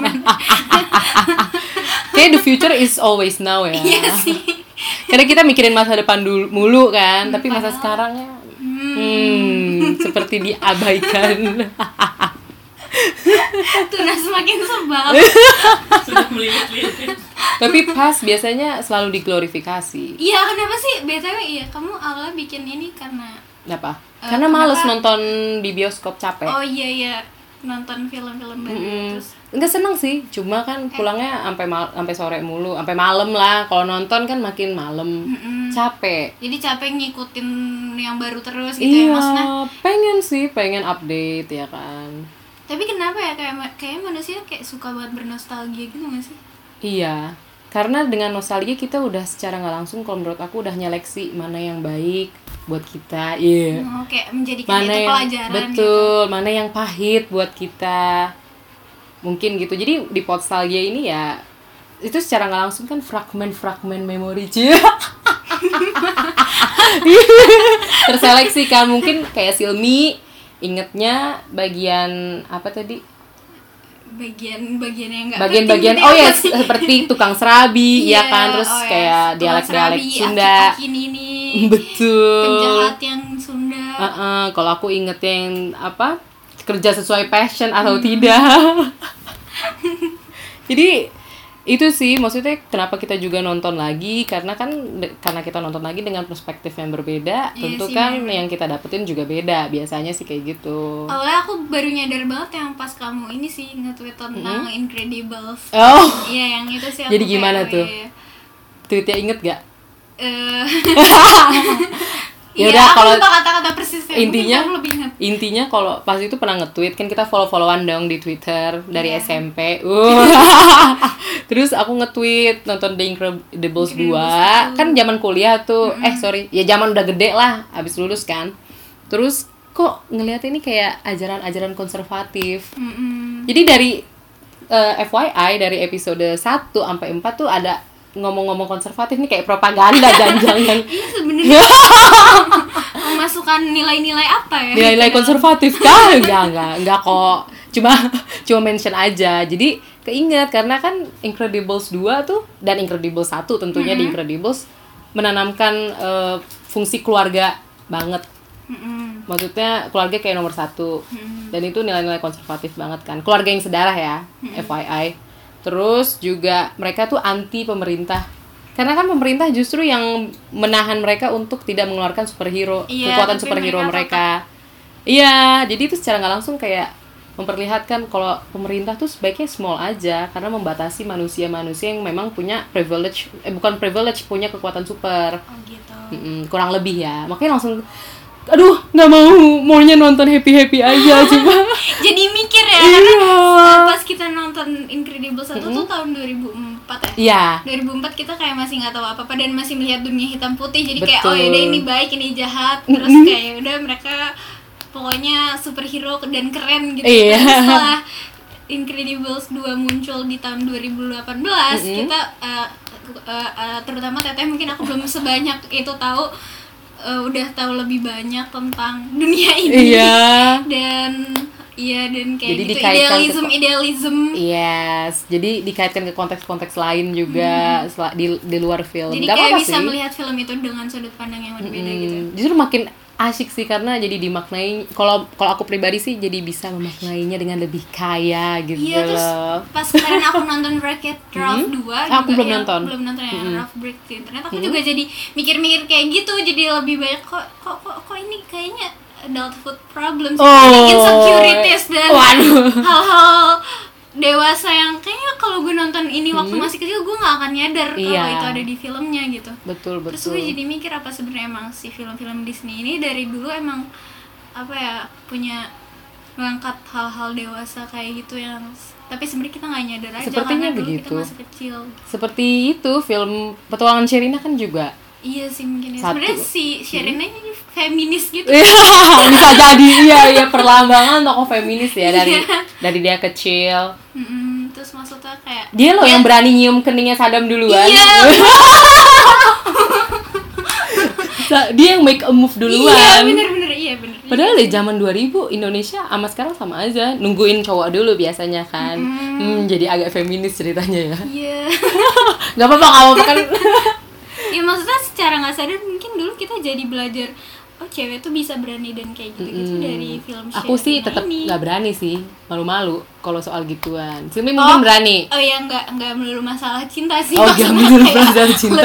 Kayak the future is always now ya. Iya sih. Karena kita mikirin masa depan dulu mulu kan, tapi masa sekarangnya seperti diabaikan. Tuna semakin sebal. Sudah melilit-lilit. Tapi pas biasanya selalu diglorifikasi. Iya, kenapa sih? BTW iya, kamu awalnya bikin ini karena Kenapa? Karena males nonton di bioskop, capek. oh iya nonton film-film baru terus Enggak seneng sih, cuma kan pulangnya sampai sore mulu, sampai malam lah. Kalau nonton kan makin malam, capek. jadi capek ngikutin yang baru terus gitu ya Iya, maksudnya. pengen update ya kan. Tapi kenapa ya kayak manusia kayak suka banget bernostalgia gitu nggak sih? Iya, karena dengan nostalgia kita udah secara nggak langsung, kalau menurut aku udah nyeleksi mana yang baik buat kita, iya. Oh, kayak menjadikan itu Yang pelajaran betul, mana yang pahit buat kita, mungkin gitu. Jadi di Podstalgia ini ya itu secara nggak langsung kan fragmen memori terseleksi kan. Mungkin kayak Silmi ingetnya bagian apa tadi? bagian yang nggak Bagian penting oh gitu ya apa sih? seperti tukang serabi ya kan, terus oh ya, kayak tukang dialek-dialek serabi, Sunda. Aki-Aki ini Betul. penjahat yang Sunda. Kalau aku inget yang apa, kerja sesuai passion atau tidak. Jadi itu sih maksudnya kenapa kita juga nonton lagi, karena kita nonton lagi dengan perspektif yang berbeda. Iya Tentu sih, kan bener. yang kita dapetin juga beda, biasanya sih kayak gitu. Awalnya aku baru nyadar banget yang pas kamu ini sih nge-tweet tentang Incredibles. Oh, Iya, yang itu sih aku jadi gimana kayak, tuh? iya. Tweetnya inget gak? Ya Iya, udah, aku kalau lupa kata-kata persisnya. intinya Mungkin kamu lebih ingat. Intinya kalau pas itu pernah nge-tweet kan, kita follow-followan dong di Twitter dari Iya. SMP. Terus aku nge-tweet nonton The Incredibles 2. Kan zaman kuliah tuh. Ya zaman udah gede lah, habis lulus kan. Terus kok ngelihat ini kayak ajaran-ajaran konservatif. Jadi dari FYI dari episode 1 sampai 4 tuh ada ngomong-ngomong konservatif nih, kayak propaganda jangan-jangan. Iya sebenarnya memasukkan nilai-nilai apa ya? Nilai-nilai konservatif kan? Enggak kok. Cuma mention aja. Jadi keinget karena kan Incredibles 2 tuh dan Incredibles 1 tentunya di Incredibles menanamkan fungsi keluarga banget. Maksudnya keluarga kayak nomor 1. Dan itu nilai-nilai konservatif banget kan. Keluarga yang sedarah ya, FYI. Terus juga mereka tuh anti pemerintah. Karena kan pemerintah justru yang menahan mereka untuk tidak mengeluarkan superhero, kekuatan tapi superhero mereka. Iya, jadi itu secara nggak langsung kayak memperlihatkan kalau pemerintah tuh sebaiknya small aja, karena membatasi manusia-manusia yang memang punya punya kekuatan super. Oh gitu. Kurang lebih ya. Makanya langsung aduh nggak maunya nonton happy aja coba. Jadi mikir ya, karena pas kita nonton Incredibles 1 tuh tahun 2004 ya. Iya. 2004 kita kayak masih nggak tahu apa-apa dan masih melihat dunia hitam putih. Jadi kayak Betul. oh yaudah ini baik, ini jahat. Terus kayak udah mereka pokoknya superhero dan keren gitu. Iya. Tapi setelah Incredibles 2 muncul di tahun 2018, kita terutama Teteh, mungkin aku belum sebanyak itu tahu, udah tahu lebih banyak tentang dunia ini. Dan kayak jadi gitu idealism. Yes, jadi dikaitkan ke konteks-konteks lain juga di luar film. Jadi gak kayak apa-apa bisa sih. melihat film itu dengan sudut pandang yang berbeda gitu. Justru makin asyik sih karena jadi dimaknai. Kalau aku pribadi sih jadi bisa memaknainya dengan lebih kaya gitu. Iya, terus pas kemarin aku nonton Wreck-It Ralph 2 aku belum nonton. Belum nonton ya, Ralph Breaks di internet. Aku juga jadi mikir-mikir kayak gitu, jadi lebih banyak kok ini kayaknya adulthood problems, insecurities dan hal-hal dewasa yang kayaknya kalau gue nonton ini waktu masih kecil gue nggak akan nyadar kalau itu ada di filmnya gitu. Betul. Terus gue jadi mikir apa sebenarnya emang si film-film Disney ini dari dulu emang apa ya, punya mengangkat hal-hal dewasa kayak gitu yang tapi sebenarnya kita nggak nyadar aja. Sepertinya karena dulu begitu. kita masih kecil. Seperti itu film Petualangan Sherina kan juga. Iya sih mungkin ya. Satu. Sebenarnya si Sherina ini feminis gitu. Bisa jadi iya perlambangan tokoh feminis ya dari dia kecil. Terus maksudnya kayak Dia loh yang berani nyium keningnya Saddam duluan. Iya. Dia yang make a move duluan. Iya bener. Padahal di zaman 2000 Indonesia sama sekarang sama aja, nungguin cowok dulu biasanya kan. Jadi agak feminis ceritanya ya. Iya. Gak apa-apa kan. Ya maksudnya secara nggak sadar mungkin dulu kita jadi belajar oh cewek tuh bisa berani dan kayak gitu dari film Aku sih Sherina tetap ini. nggak berani sih, malu-malu kalau soal gituan. Simi mungkin berani. Oh ya nggak melulu masalah cinta sih. Oh nggak melulu masalah cinta.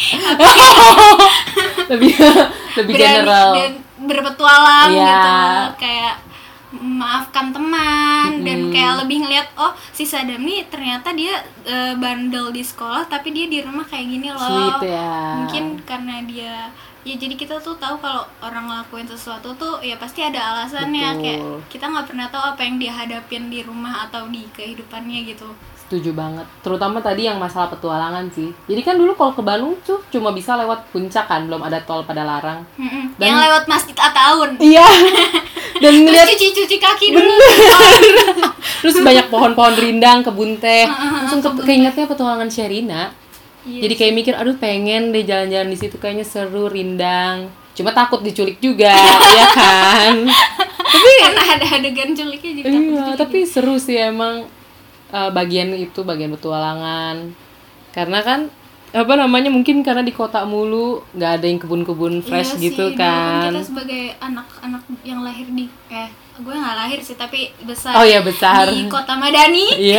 lebih general. Dan berpetualang Iya. gitu, kayak memaafkan teman dan kayak lebih ngeliat oh si Saddam nih ternyata dia bandel di sekolah tapi dia di rumah kayak gini loh. Sweet ya. Mungkin karena dia ya jadi kita tuh tahu kalau orang ngelakuin sesuatu tuh ya pasti ada alasannya. Betul. Kayak kita nggak pernah tahu apa yang dia hadapin di rumah atau di kehidupannya gitu. Setuju banget. Terutama tadi yang masalah petualangan sih. Jadi kan dulu kalau ke Bandung tuh cuma bisa lewat puncak kan, belum ada tol pada larang. Yang lewat Masjid Ataun. Iya. Dan ngeliat cuci kaki dulu. Terus banyak pohon-pohon rindang, kebun teh. Langsung keingetnya petualangan Sherina. Jadi kayak mikir, aduh pengen deh jalan-jalan di situ, kayaknya seru, rindang. Cuma takut diculik juga, ya kan? Tapi karena ada adegan culiknya jadi takut diculik. Tapi seru sih emang bagian petualangan. Karena kan mungkin karena di kota mulu nggak ada yang kebun-kebun fresh gitu sih, kan. Kita sebagai anak-anak yang lahir di gue nggak lahir sih tapi besar. Oh iya besar di kota Madani. Iya.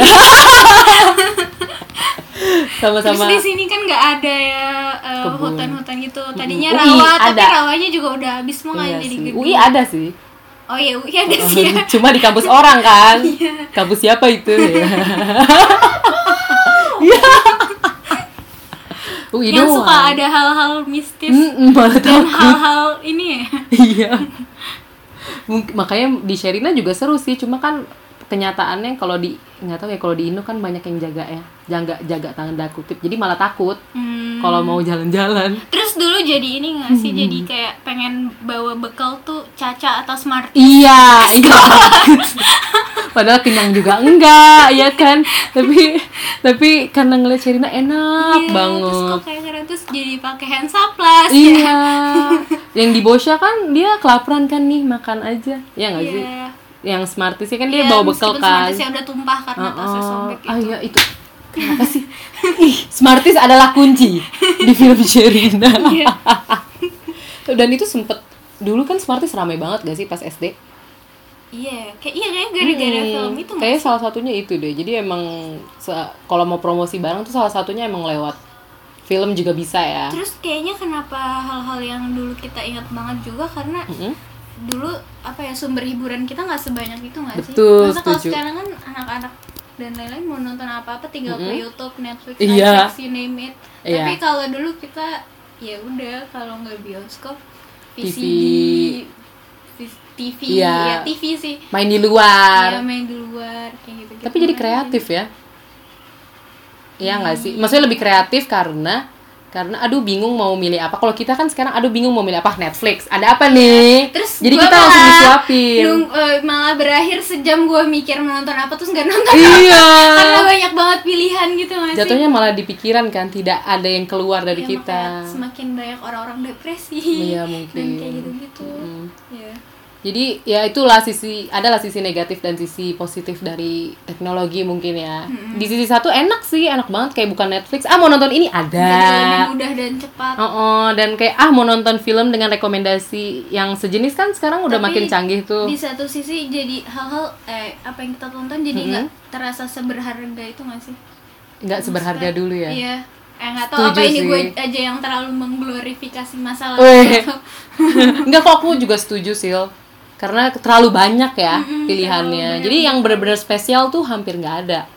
Sama-sama. Terus di sini kan nggak ada ya hutan-hutan gitu. Tadinya UI rawa ada. tapi rawanya juga udah habis semua nggak jadi gedung. UI ada sih. Oh iya UI ada sih ya. Cuma di kampus orang kan. Kampus siapa itu ya? Yang suka ada hal-hal mistis dan hal-hal ini ya. Iya. Makanya di Sherina juga seru sih, cuma kan kenyataannya kalau di nggak tahu ya, kalau di Indo kan banyak yang jaga tanda kutip, jadi malah takut kalau mau jalan-jalan. Terus dulu jadi ini nggak sih, jadi kayak pengen bawa bekal tuh Caca atau Smarties. Iya. Padahal kenyang juga enggak, ya kan? Tapi karena ngeliat Sherina enak banget. Terus kok kayak keren, terus jadi pakai hand sanitizer. Iya. Yang di Boscha kan dia kelaparan kan nih, makan aja. Ya nggak sih? Yang Smarties kan dia bawa bekal kan. Smarties udah tumpah karena tasnya sobek gitu. Iya itu. Kenapa sih? Smarties adalah kunci di film Sherina. Dan itu sempet dulu kan Smarties ramai banget gak sih pas SD? Iya, kayak gara-gara film itu. Kayaknya salah satunya itu deh. Jadi emang kalau mau promosi barang tuh salah satunya emang lewat film juga bisa ya. Terus kayaknya kenapa hal-hal yang dulu kita ingat banget juga karena dulu sumber hiburan kita nggak sebanyak itu nggak sih? Betul, masa kalau setuju. sekarang kan anak-anak dan lain-lain mau nonton apa-apa tinggal ke YouTube, Netflix, Iya. you name it. Iya. Tapi kalau dulu kita ya udah kalau nggak bioskop TV iya. ya TV sih. Main di luar. Iya, main di luar kayak gitu. Tapi jadi kreatif ya. Iya nggak sih? Maksudnya lebih kreatif karena aduh bingung mau milih apa. Kalau kita kan sekarang aduh bingung mau milih apa, Netflix. Ada apa nih? Terus jadi kita langsung disuapin. Malah berakhir sejam gue mikir menonton apa terus nggak nonton iya. apa. Karena banyak banget pilihan gitu masih. Jatuhnya malah di pikiran kan, tidak ada yang keluar dari ya, kita. Semakin banyak orang-orang depresi. Iya mungkin. Dan kayak gitu-gitu. Ya. Jadi ya itulah adalah sisi negatif dan sisi positif dari teknologi mungkin ya. Di sisi satu enak banget kayak bukan Netflix. Mau nonton ini ada. Jadi lebih mudah dan cepat. Dan kayak mau nonton film dengan rekomendasi yang sejenis kan sekarang udah makin canggih tuh. Di satu sisi jadi hal-hal apa yang kita tonton jadi nggak terasa seberharga itu nggak sih? Nggak seberharga dulu ya. Iya. Nggak tahu apa ini gue aja yang terlalu mengglorifikasi masalah. Enggak kok, aku juga setuju Sil. Karena terlalu banyak ya pilihannya. Jadi yang benar-benar spesial tuh hampir nggak ada.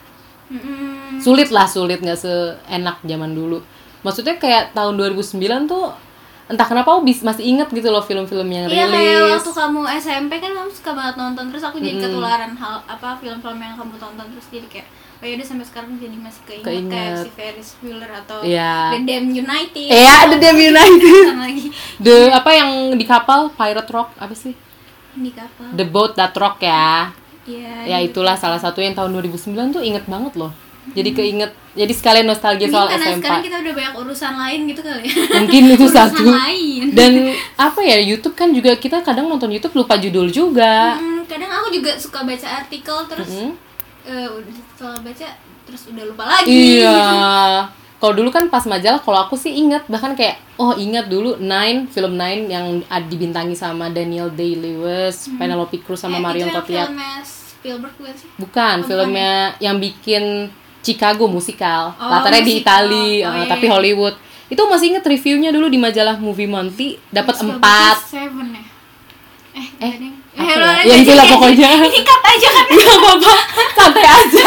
Sulit nggak seenak zaman dulu. Maksudnya kayak tahun 2009 tuh entah kenapa aku masih inget gitu loh film-film yang rilis. Iya kayak waktu kamu SMP kan kamu suka banget nonton, terus aku jadi ketularan film-film yang kamu tonton, terus jadi kayak oh yaudah sampai sekarang jadi masih keinget kayak si Ferris Bueller atau The Damned United. Iya, The Damned United. Lagi. Apa yang di kapal Pirate Rock apa sih? Di kapal. The Boat That Rock ya. Iya. Ya itulah salah satu yang tahun 2009 tuh inget banget loh. Jadi keinget, jadi sekalian nostalgia soal karena SMA. Sekarang kita udah banyak urusan lain gitu kali ya. Mungkin itu satu. Lain. Dan apa ya, YouTube kan juga kita kadang nonton YouTube lupa judul juga. Kadang aku juga suka baca artikel terus setelah baca terus udah lupa lagi. Iya. Kalau dulu kan pas majalah, kalau aku sih ingat bahkan kayak ingat dulu film Nine yang dibintangi sama Daniel Day-Lewis, Penelope Cruz sama Marion Cotillard. Filmnya Spielberg bukan sih? Bukan, filmnya yang bikin Chicago musikal. Latarnya di Itali, tapi Hollywood. Itu masih inget reviewnya dulu di majalah Movie Monthly, dapat 4. Seven ya? Ya itulah pokoknya. Ini cut aja kan? Gak apa-apa, santai aja.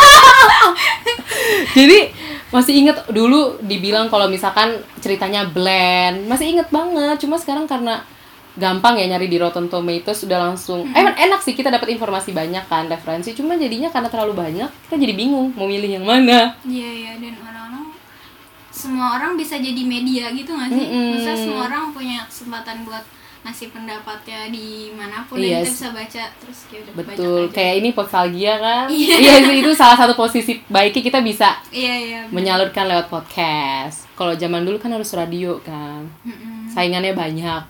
Jadi masih inget dulu dibilang kalau misalkan ceritanya blend, masih inget banget. Cuma sekarang karena gampang ya nyari di Rotten Tomatoes udah langsung. Enak sih, kita dapat informasi banyak kan, referensi. Cuma jadinya karena terlalu banyak, kita jadi bingung mau milih yang mana. Iya, dan orang-orang, semua orang bisa jadi media gitu nggak sih? Maksudnya semua orang punya kesempatan buat ngasih pendapatnya di manapun dan kita bisa baca terus ya udah. Betul, kayak ini Podsalgia kan. Iya, itu salah satu posisi baiknya kita bisa menyalurkan lewat podcast. Kalau zaman dulu kan harus radio kan. Saingannya banyak.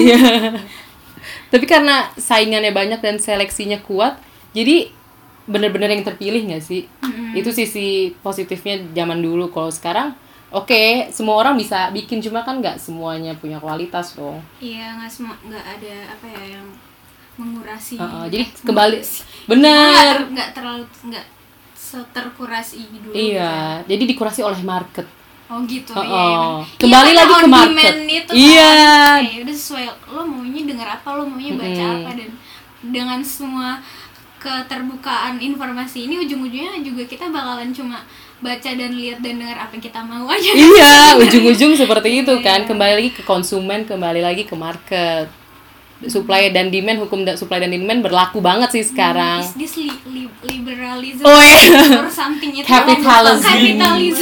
Tapi karena saingannya banyak dan seleksinya kuat, jadi benar-benar yang terpilih nggak sih? Itu sisi positifnya zaman dulu. Kalau sekarang semua orang bisa bikin, cuma kan nggak semuanya punya kualitas dong. Iya, nggak ada apa ya yang mengurasi. Jadi kembali benar. Nggak seterkurasi dulu. Iya, jadi dikurasi oleh market. Oh gitu Kembali lagi ke market. Itu iya. Kan, udah sesuai lo maunya denger apa, lo maunya baca apa, dan dengan semua keterbukaan informasi ini ujung-ujungnya juga kita bakalan cuma baca dan lihat dan dengar apa yang kita mau aja. Iya, ujung-ujung seperti itu kan. Kembali lagi ke konsumen, kembali lagi ke market. Supply dan demand, hukum supply dan demand berlaku banget sih sekarang. Is this liberalism or something itu? Capitalism.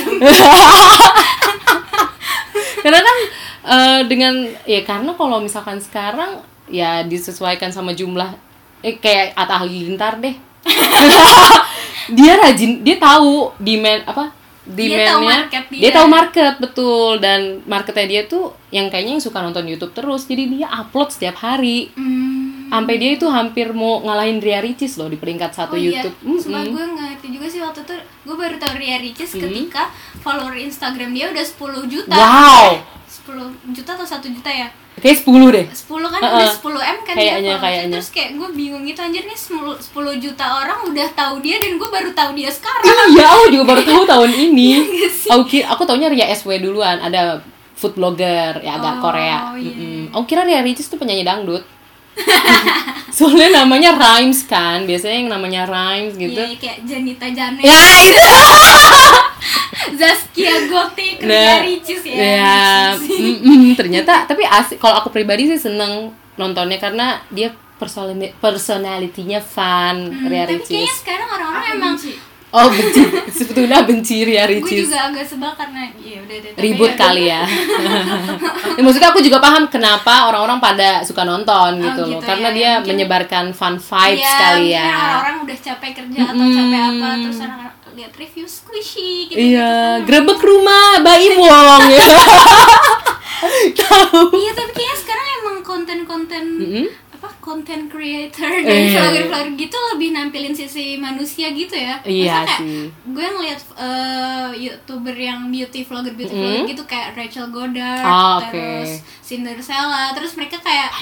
Karena kan dengan karena kalau misalkan sekarang ya disesuaikan sama jumlah kayak Atta Halilintar deh. Dia rajin, dia tahu demandnya, dia tahu market betul, dan marketnya dia tuh yang kayaknya yang suka nonton YouTube terus, jadi dia upload setiap hari. Sampai dia itu hampir mau ngalahin Ria Ricis loh di peringkat 1 YouTube. Cuma gue ngerti juga sih waktu itu gue baru tahu Ria Ricis ketika follower Instagram dia udah 10 juta. Wow. 10 juta atau 1 juta ya? Kayak 10 deh. 10 kan udah 10M kan kayaknya. Terus kayak gue bingung gitu, anjir nih 10 juta orang udah tahu dia dan gue baru tahu dia sekarang. Iya, aku juga baru tahu tahun ini. Aku taunya Ria SW duluan, ada food blogger ya agak Korea. Aku kira Ria Ricis tuh penyanyi dangdut. Soalnya namanya Rhymes kan, biasanya yang namanya Rhymes gitu. Iya, kayak Janita Jane. Ya itu. Zaskia Gotik, Ria Ricis ya. Ya, ternyata tapi asik. Kalau aku pribadi sih seneng nontonnya karena dia personalitinya fun, Ria Tapi Ricis. kayaknya sekarang orang-orang emang benci, sebetulnya benci Ria Ricis. Gue juga agak sebel karena ya udah deh. Ribut kali ya. Maksudnya aku juga paham kenapa orang-orang pada suka nonton gitu loh, karena dia mungkin, menyebarkan fun vibes kali ya. Iya, orang-orang udah capek kerja atau capek apa, terus orang lihat review squishy gitu. Iya, grebek rumah Baim Wong ya. Tahu. Iya, tapi kayaknya sekarang emang konten-konten content creator dan vlogger-vlogger gitu lebih nampilin sisi manusia gitu ya. Iya kayak, sih. Gue ngeliat YouTuber yang beauty vlogger gitu kayak Rachel Goddard, terus Cinderella, terus mereka kayak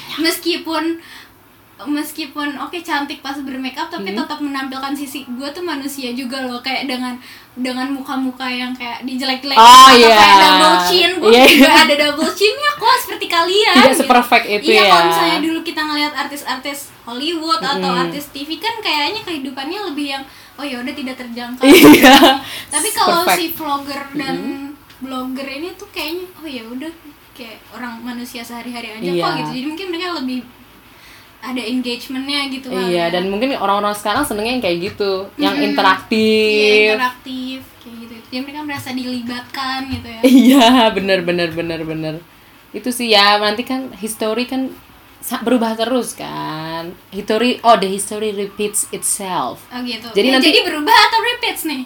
meskipun oke cantik pas bermake up tapi tetap menampilkan sisi gue tuh manusia juga loh, kayak dengan muka-muka yang kayak dijelek-jelekin kayak double chin, gue juga ada double chinnya kok seperti kalian. Tidak seperfect itu ya. Iya, kalau misalnya dulu kita ngelihat artis-artis Hollywood atau artis TV kan kayaknya kehidupannya lebih yang oh ya udah tidak terjangkau. Iya. Tapi kalau si vlogger dan blogger ini tuh kayaknya oh ya udah kayak orang manusia sehari-hari aja kok gitu. Jadi mungkin mereka lebih ada engagementnya gitu kan. Iya, dan mungkin orang-orang sekarang senengnya yang kayak gitu, yang interaktif. Iya, interaktif kayak gitu. Jadi mereka merasa dilibatkan gitu ya. Iya, benar. Itu sih ya, nanti kan history kan berubah terus kan. The history repeats itself. Oh gitu. Jadi nanti jadi berubah atau repeats nih?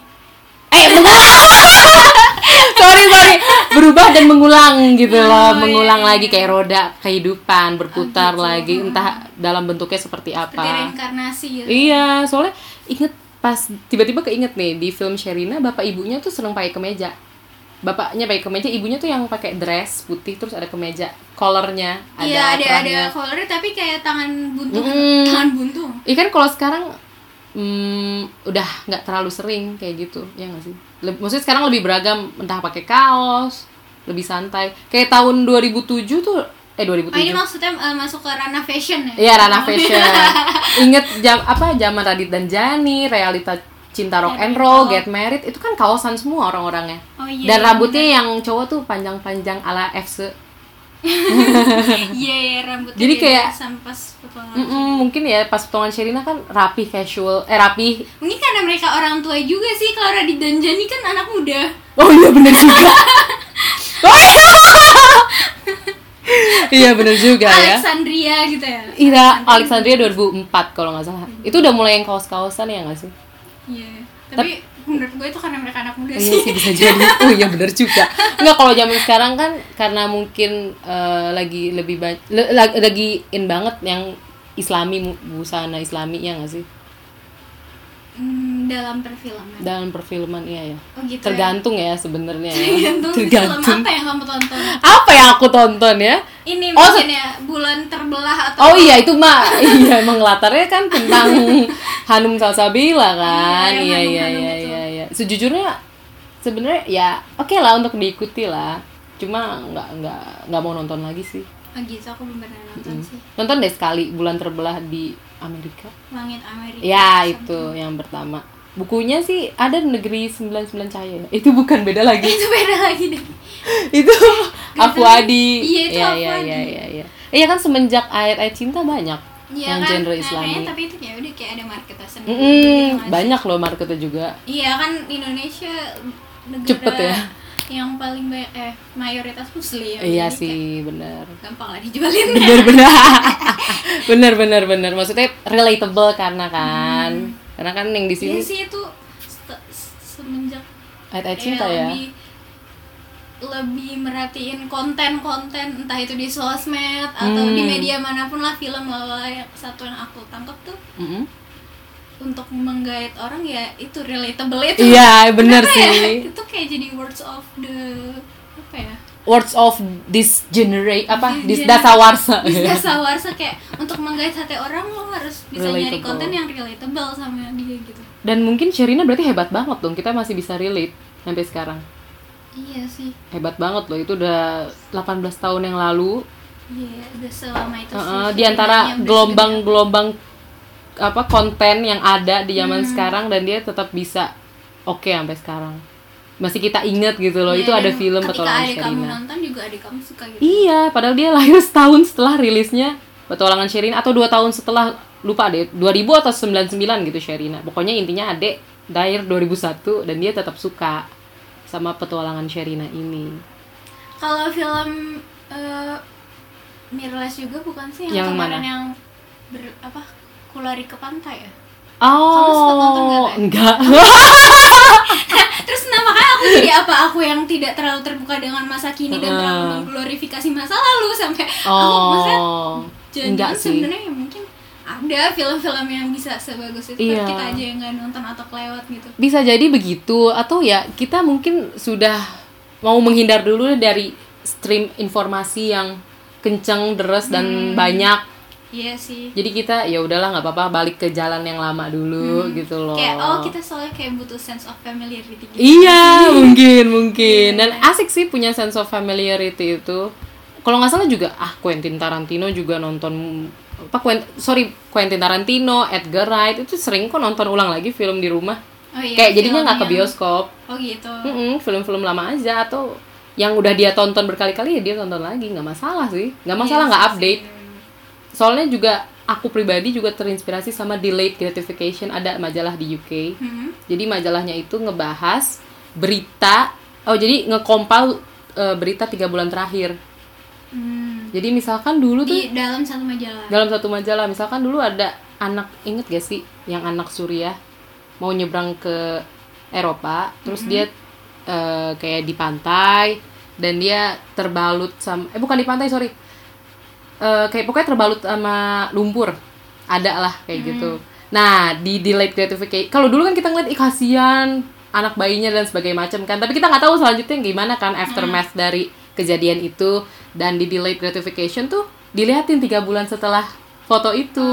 sorry berubah dan mengulang gitu loh, mengulang lagi kayak roda kehidupan berputar lagi, entah dalam bentuknya seperti apa. Seperti reinkarnasi gitu. Iya, soalnya tiba-tiba keinget nih di film Sherina, bapak ibunya tuh seneng pakai kemeja. Bapaknya pakai kemeja, ibunya tuh yang pakai dress putih terus ada kemeja, collarnya ada. Iya, ada collarnya tapi kayak tangan buntung. Tangan buntung. Iya kan kalau sekarang udah nggak terlalu sering kayak gitu, ya nggak sih? Maksudnya sekarang lebih beragam, entah pakai kaos, lebih santai. Kayak tahun 2007 tuh 2007. Oh, ini maksudnya masuk ke ranah fashion ya? Iya, ranah fashion. Ingat zaman Radit dan Jani, realita cinta rock and roll, get married, itu kan kaosan semua orang-orangnya. Oh, iya, dan rambutnya yang cowok tuh panjang-panjang ala FC. Iya, rambutnya jadi kayak sampai pas potongan. Mungkin ya pas potongan Sherina kan rapi, casual, rapi. Mungkin karena mereka orang tua juga sih. Kalau Radit dan Jani kan anak muda. Oh iya, benar juga. Iya, benar juga ya. Alexandria gitu ya. Iya, Alexandria 2004 kalau nggak salah. Itu udah mulai yang kaos-kaosan ya nggak sih? Iya. Tapi menurut gue itu karena mereka anak muda sih. Iya sih, bisa jadi. Oh iya, benar juga. Enggak, kalau zaman sekarang kan karena mungkin lagi lebih lagi in banget yang Islami, busana Islami, ya nggak sih? Dalam perfilman iya ya. Oh gitu. Tergantung ya sebenarnya. Tergantung. Film apa yang kamu tonton? Apa yang aku tonton ya? Ini mungkin ya Bulan Terbelah atau Oh iya, itu mah iya, emang latarnya kan tentang Hanum Salsabila kan. Iya. Sejujurnya sebenarnya ya oke lah untuk diikuti lah. Cuma nggak mau nonton lagi sih. Oh gitu, aku belum pernah nonton sih. Nonton deh sekali Bulan Terbelah di Amerika. Langit Amerika. Ya, itu yang pertama. Bukunya sih ada Negeri 99 Cahaya. Itu bukan, beda lagi. Itu beda lagi deh. Itu Afwadi. Iya, itu Afwadi. Iya. Iya kan semenjak ayat-ayat cinta banyak yang kan, genre Islami. Tapi itu ya udah kayak ada marketnya sendiri. Banyak loh marketnya juga. Iya kan, Indonesia negara cepet ya. Yang paling banyak mayoritas muslim. Iya sih, benar. Gampang lah dijualin. Bener. Maksudnya relatable karena kan. Karena kan yang di sini. Iya sih, itu semenjak ayat-ayat cinta ya. Lebih merhatiin konten-konten, entah itu di sosmed atau di media manapun lah, film lah. Satu yang aku tangkap tuh untuk menggait orang ya itu relatable itu. Iya, benar sih. Ya? Itu kayak jadi words of this generation dasawarsa. Dasawarsa kayak untuk menggait hati orang lo harus bisa nyari konten yang relatable sama dia gitu. Dan mungkin Sherina berarti hebat banget dong, kita masih bisa relate sampai sekarang. Iya sih. Hebat banget loh, itu udah 18 tahun yang lalu. Iya, udah selama itu sih. Di antara gelombang konten yang ada di zaman sekarang, dan dia tetap bisa oke sampai sekarang. masih kita ingat gitu loh. Itu ada film Petualangan Sherina. Ketika adik kamu nonton juga adik kamu suka gitu. Iya, padahal dia lahir setahun setelah rilisnya Petualangan Sherina atau 2 tahun setelah, lupa deh, 2000 atau 99 gitu Sherina. Pokoknya intinya adik lahir 2001 dan dia tetap suka sama Petualangan Sherina ini. Kalau film Mirrorless juga bukan sih yang kemarin mana? yang kulari ke pantai ya? Oh, kamu suka nonton enggak. Terus makanya aku jadi aku yang tidak terlalu terbuka dengan masa kini dan terlalu mengglorifikasi masa lalu sampai aku maksudnya jangan sebenarnya ya mungkin ada film-film yang bisa sebagus itu tapi kita aja yang nggak nonton atau kelewat gitu. Bisa jadi begitu, atau ya kita mungkin sudah mau menghindar dulu dari stream informasi yang kenceng, deres dan banyak. Iya sih. Jadi kita ya udahlah nggak apa-apa, balik ke jalan yang lama dulu gitu loh. Kayak kita soalnya kayak butuh sense of familiarity gitu. Iya, mungkin. Dan asik sih punya sense of familiarity itu. Kalau nggak salah juga Quentin Tarantino juga nonton Quentin Tarantino, Edgar Wright itu sering kok nonton ulang lagi film di rumah. Oh, iya, kayak jadinya nggak ke bioskop. Oh gitu. Film-film lama aja atau yang udah dia tonton berkali-kali ya dia tonton lagi, nggak masalah sih, nggak masalah nggak update. Soalnya juga aku pribadi juga terinspirasi sama Delayed Gratification, ada majalah di UK. Jadi majalahnya itu ngebahas berita, jadi ngekompal berita 3 bulan terakhir. Jadi misalkan dulu tuh dalam satu majalah. Dalam satu majalah, misalkan dulu ada anak, inget gak sih yang anak Suriah mau nyebrang ke Eropa, terus dia kayak di pantai dan dia terbalut sama bukan di pantai, sorry. Kayak pokoknya terbalut sama lumpur, ada lah kayak gitu. Nah di Delayed Gratification, kalau dulu kan kita ngeliat kasihan anak bayinya dan sebagainya macam kan, tapi kita nggak tahu selanjutnya gimana kan aftermath dari kejadian itu. Dan di Delayed Gratification tuh dilihatin 3 bulan setelah foto itu.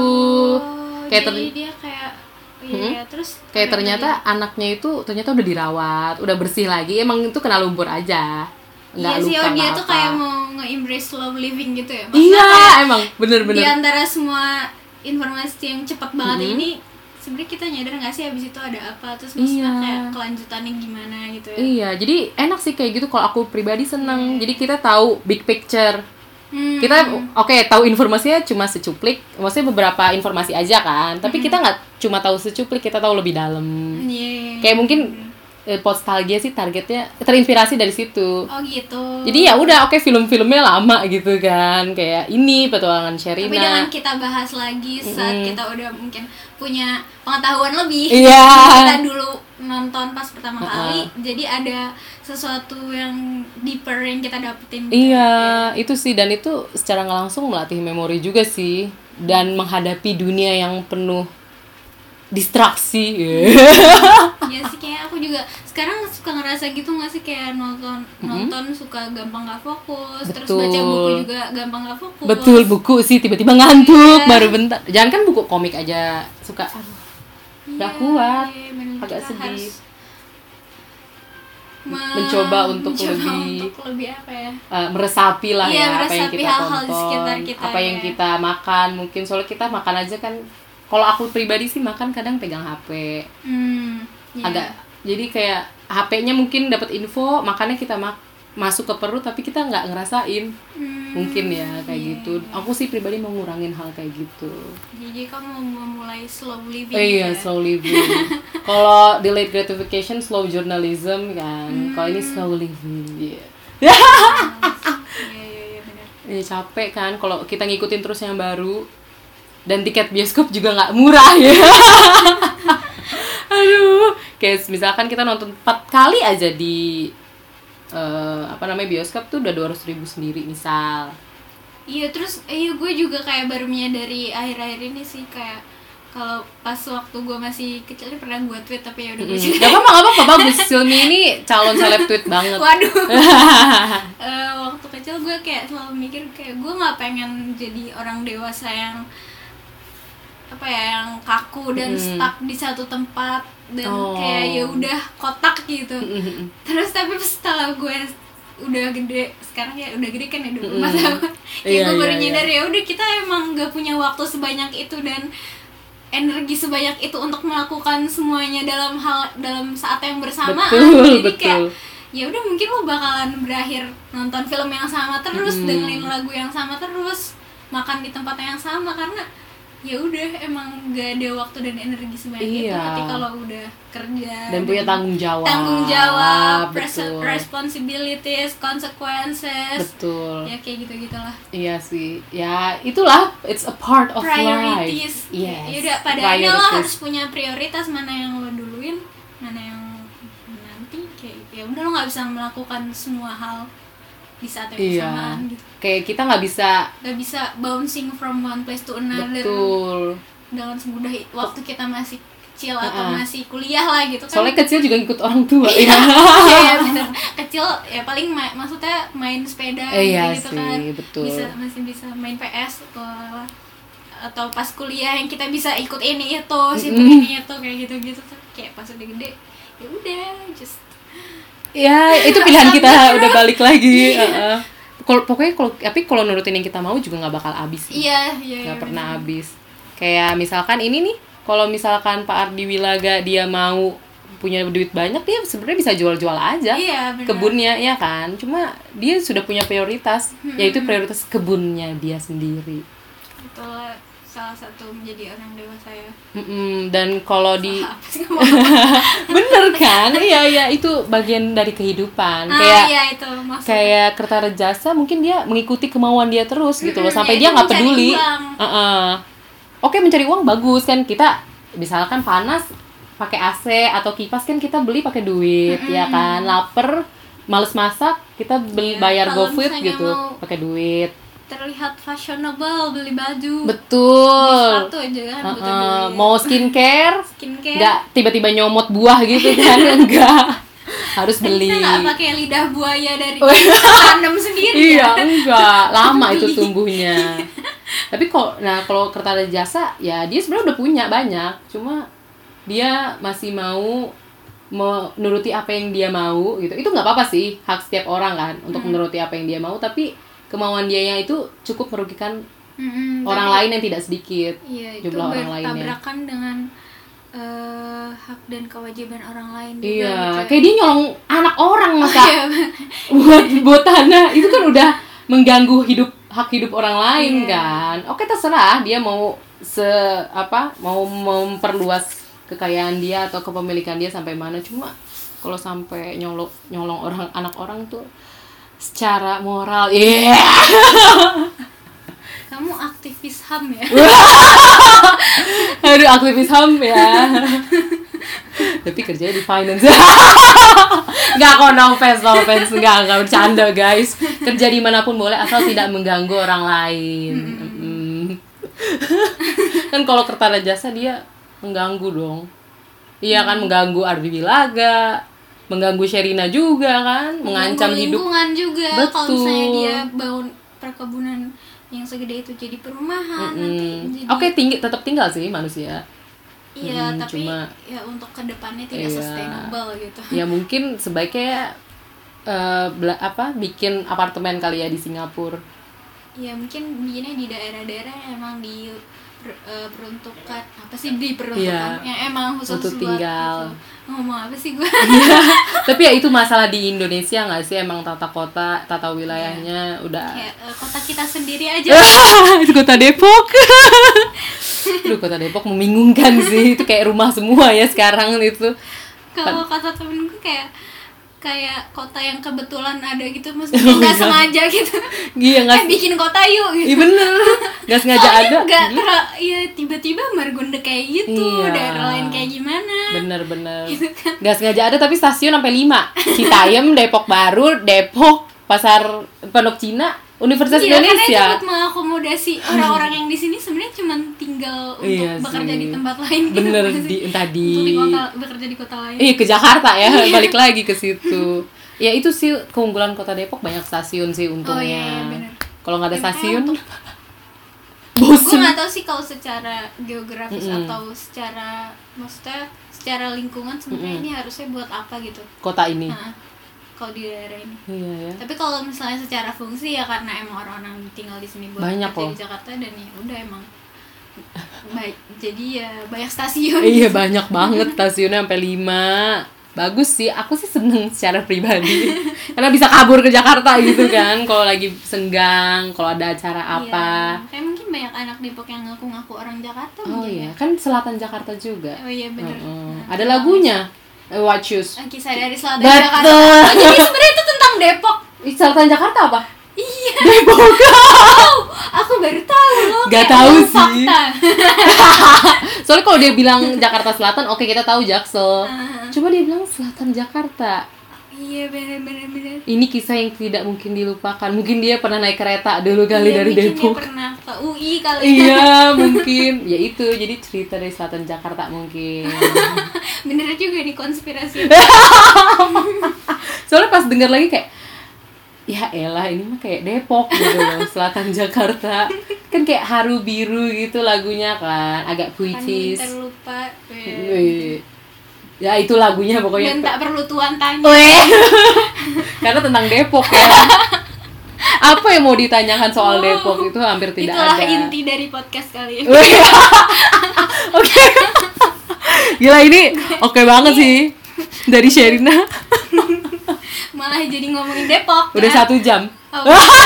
Jadi dia kayak terus kayak ternyata anaknya itu ternyata udah dirawat, udah bersih lagi, emang itu kena lumpur aja. Iya sih, dia tuh kayak mau nge-embrace slow living gitu ya. Maksudnya iya, emang bener-bener. Di antara semua informasi yang cepat banget ini, sebenarnya kita nyadar nggak sih abis itu ada apa, terus maksudnya kayak kelanjutannya gimana gitu ya. Iya, jadi enak sih kayak gitu. Kalau aku pribadi seneng. Jadi kita tahu big picture. Kita tahu informasinya cuma secuplik, maksudnya beberapa informasi aja kan. Tapi kita nggak cuma tahu secuplik, kita tahu lebih dalam. Kayak mungkin Postalgia sih targetnya terinspirasi dari situ. Oh gitu. Jadi ya udah film-filmnya lama gitu kan, kayak ini Petualangan Sherina. Tapi dengan kita bahas lagi saat kita udah mungkin punya pengetahuan lebih. Iya. Kita dulu nonton pas pertama kali, jadi ada sesuatu yang deeper yang kita dapetin. Iya, itu sih, dan itu secara nggak langsung melatih memori juga sih, dan menghadapi dunia yang penuh distraksi. Ya sih, kayak aku juga sekarang suka ngerasa gitu nggak sih, kayak nonton suka gampang nggak fokus. Betul. Terus baca buku juga gampang nggak fokus. Betul, buku sih tiba-tiba ngantuk baru bentar. Jangan kan buku komik aja suka nggak kuat, agak sedih. Mencoba untuk lebih apa ya? Meresapi lah ya apa yang kita hal-hal tonton, di sekitar kita, apa yang kita makan. Mungkin soalnya kita makan aja kan. Kalau aku pribadi sih makan kadang pegang HP. Agak jadi kayak HP-nya mungkin dapat info, makannya kita masuk ke perut tapi kita nggak ngerasain. Mungkin ya kayak gitu. Aku sih pribadi mau ngurangin hal kayak gitu. Jadi kamu mau memulai slow living. Iya, slow living. Kalau delayed gratification slow journalism kan. Kalau ini slow living. Iya. Iya benar. Capek kan kalau kita ngikutin terus yang baru. Dan tiket bioskop juga nggak murah ya. Aduh, kayak misalkan kita nonton 4 kali aja di bioskop tuh udah 200.000 sendiri misal. Iya, terus gue juga kayak baru menyadari akhir-akhir ini sih, kayak kalau pas waktu gue masih kecil pernah gue tweet tapi ya udah gue Gak apa-apa bagus. Silmi ini calon seleb tweet banget. Waduh. Waktu kecil gue kayak selalu mikir kayak gue nggak pengen jadi orang dewasa yang yang kaku dan stuck di satu tempat dan kayak ya udah kotak gitu. Terus tapi setelah gue udah gede, sekarang ya udah gede kan ya 24 tahun. Gue baru nyadar ya udah kita emang gak punya waktu sebanyak itu, dan energi sebanyak itu untuk melakukan semuanya dalam saat yang bersamaan. Jadi kayak ya udah mungkin lo bakalan berakhir nonton film yang sama terus, dengerin lagu yang sama terus, makan di tempat yang sama, karena ya udah emang gak ada waktu dan energi sebanyak itu ketika lo udah kerja dan punya tanggung jawab, responsibilities, consequences, betul ya kayak gitu-gitulah. Iya sih, ya itulah, it's a part of priorities. Life. Yes. Ya udah, pada akhirnya lo harus punya prioritas, mana yang lo duluin, mana yang nanti. Kayak ya udah, lo nggak bisa melakukan semua hal di saat yang bersamaan gitu. Kayak kita nggak bisa bouncing from one place to another. Betul. Dengan semudah waktu kita masih kecil atau masih kuliah lah gitu kan. Soalnya kecil juga ikut orang tua. Iya benar. Kecil ya paling maksudnya main sepeda gitu sih, kan. Betul. Masih bisa main PS atau pas kuliah yang kita bisa ikut ini itu, situ ini itu, kayak gitu-gitu tuh. Kayak pas udah gede ya udah just ya itu pilihan kita udah balik lagi. Pokoknya kalau nurutin yang kita mau juga nggak bakal habis. Nggak pernah habis. Kayak misalkan ini nih, kalau misalkan Pak Ardi Wilaga dia mau punya duit banyak, dia sebenarnya bisa jual-jual aja kebunnya, ya kan. Cuma dia sudah punya prioritas, yaitu prioritas kebunnya dia sendiri. Itulah salah satu menjadi orang dewasa ya. Dan kalau bener kan, iya itu bagian dari kehidupan. Kayak Kertarejasa mungkin dia mengikuti kemauan dia terus gitu loh, sampai dia nggak peduli. Oke, mencari uang bagus kan, kita misalkan panas pakai AC atau kipas kan kita beli pakai duit, ya kan. Lapar males masak, kita bayar GoFood gitu pakai duit. Terlihat fashionable beli baju, betul, beli sepatu aja kan, butuh duit. Mau skincare nggak tiba-tiba nyomot buah gitu kan. Enggak, harus beli. Kita nggak pakai lidah buaya dari tanam sendiri. Iya, enggak, lama itu tumbuhnya. Tapi kalau Kertarejasa ya dia sebenarnya udah punya banyak, cuma dia masih mau menuruti apa yang dia mau gitu. Itu nggak apa-apa sih, hak setiap orang kan untuk menuruti apa yang dia mau, tapi kemauan dia itu cukup merugikan orang lain yang tidak sedikit. Jumlah orang lainnya. Bertabrakan dengan hak dan kewajiban orang lain juga. Iya, gitu. Kayak dia nyolong anak orang masa buat tanah, itu kan udah mengganggu hak hidup orang lain kan. Oke, terserah dia mau mau memperluas kekayaan dia atau kepemilikan dia sampai mana. Cuma kalau sampai nyolong anak orang tuh secara moral, Kamu aktivis HAM ya? Aduh, aktivis HAM ya. Tapi kerjanya di finance. Nggak kok, no offense, nggak bercanda guys. Kerja dimanapun boleh asal tidak mengganggu orang lain. Kan kalau Kertarejasa dia mengganggu dong. Iya kan, mengganggu Ardi Wilaga, mengganggu Sherina juga kan, mengancam hidup lingkungan juga. Betul. Kalau misalnya dia bangun perkebunan yang segede itu jadi perumahan nanti. Oke, tetap tinggal sih manusia. Iya, tapi ya untuk kedepannya tidak sustainable gitu. Ya mungkin sebaiknya bikin apartemen kali ya di Singapura. Ya mungkin bikinnya di daerah-daerah yang emang diperuntukkan yang emang khusus untuk buat tinggal. Gitu. Ngomong apa sih gue? Tapi ya itu masalah di Indonesia nggak sih, emang tata wilayahnya udah kayak kota kita sendiri aja. Itu kota Depok. Duh, kota Depok membingungkan sih, itu kayak rumah semua ya sekarang itu. Kalau kata temen gue kayak kota yang kebetulan ada gitu, maksudnya nggak sengaja gitu. Iya, bikin kota yuk gitu. Iya bener, nggak sengaja ada. Iya, tiba-tiba Margonda kayak gitu, daerah lain kayak gimana. Bener. Gitu kan. Nggak sengaja ada tapi stasiun sampai 5. Citayam, Depok Baru, Depok, Pasar Pondok Cina, Universitas Indonesia. Iya, karena itu mengakomodasi orang-orang yang di sini sebenarnya cuma tinggal untuk bekerja di tempat lain gitu. Bener, bekerja di kota lain. Iya, ke Jakarta ya, balik lagi ke situ. Ya itu sih keunggulan kota Depok, banyak stasiun sih untungnya. Kalau nggak ada stasiun, bosen. Gue nggak tahu sih kalau secara geografis atau secara lingkungan sebenarnya ini harusnya buat apa gitu. Kota ini. Kalau di daerah ini. Iya ya. Tapi kalau misalnya secara fungsi ya karena emang orang-orang tinggal di sini buat banyak kerja di Jakarta, dan ya udah emang Baik, jadi ya banyak stasiun. Iya banyak banget stasiunnya sampai 5. Bagus sih, aku sih seneng secara pribadi karena bisa kabur ke Jakarta gitu kan kalau lagi senggang, kalau ada acara apa. Iya, kayak mungkin banyak anak Depok yang ngaku-ngaku orang Jakarta. Oh iya, kan selatan Jakarta juga. Oh iya bener. Ada lagunya What Shoes. Kisah dari selatan Betul. Jakarta. Oh, jadi sebenarnya itu tentang Depok. Selatan Jakarta apa? Iya. Depok. Aku baru tahu loh. Gak kayak tahu baru sih. fakta. Soalnya kalau dia bilang Jakarta Selatan, oke kita tahu Jaksel. Coba dia bilang Selatan Jakarta. Iya bener. Ini kisah yang tidak mungkin dilupakan. Mungkin dia pernah naik kereta dulu kali Iya, dari mungkin Depok. Dia pernah ke UI kali. Iya mungkin. Ya itu jadi cerita dari Selatan Jakarta mungkin. Bener juga nih konspirasi. Soalnya pas denger lagi kayak ya elah ini mah kayak Depok gitu loh, Selatan Jakarta. Kan kayak haru biru gitu lagunya kan, agak puitis. Kan terlupa. Wih. Ya itu lagunya pokoknya. Dan tak perlu Tuhan tanya. Karena tentang Depok ya. Apa yang mau ditanyakan soal Depok itu hampir tidak Itulah ada. inti dari podcast kali ini. Oke. Gila ini oke banget sih dari Sherina. Malah jadi ngomongin Depok. Udah ya? 1 jam. Oh.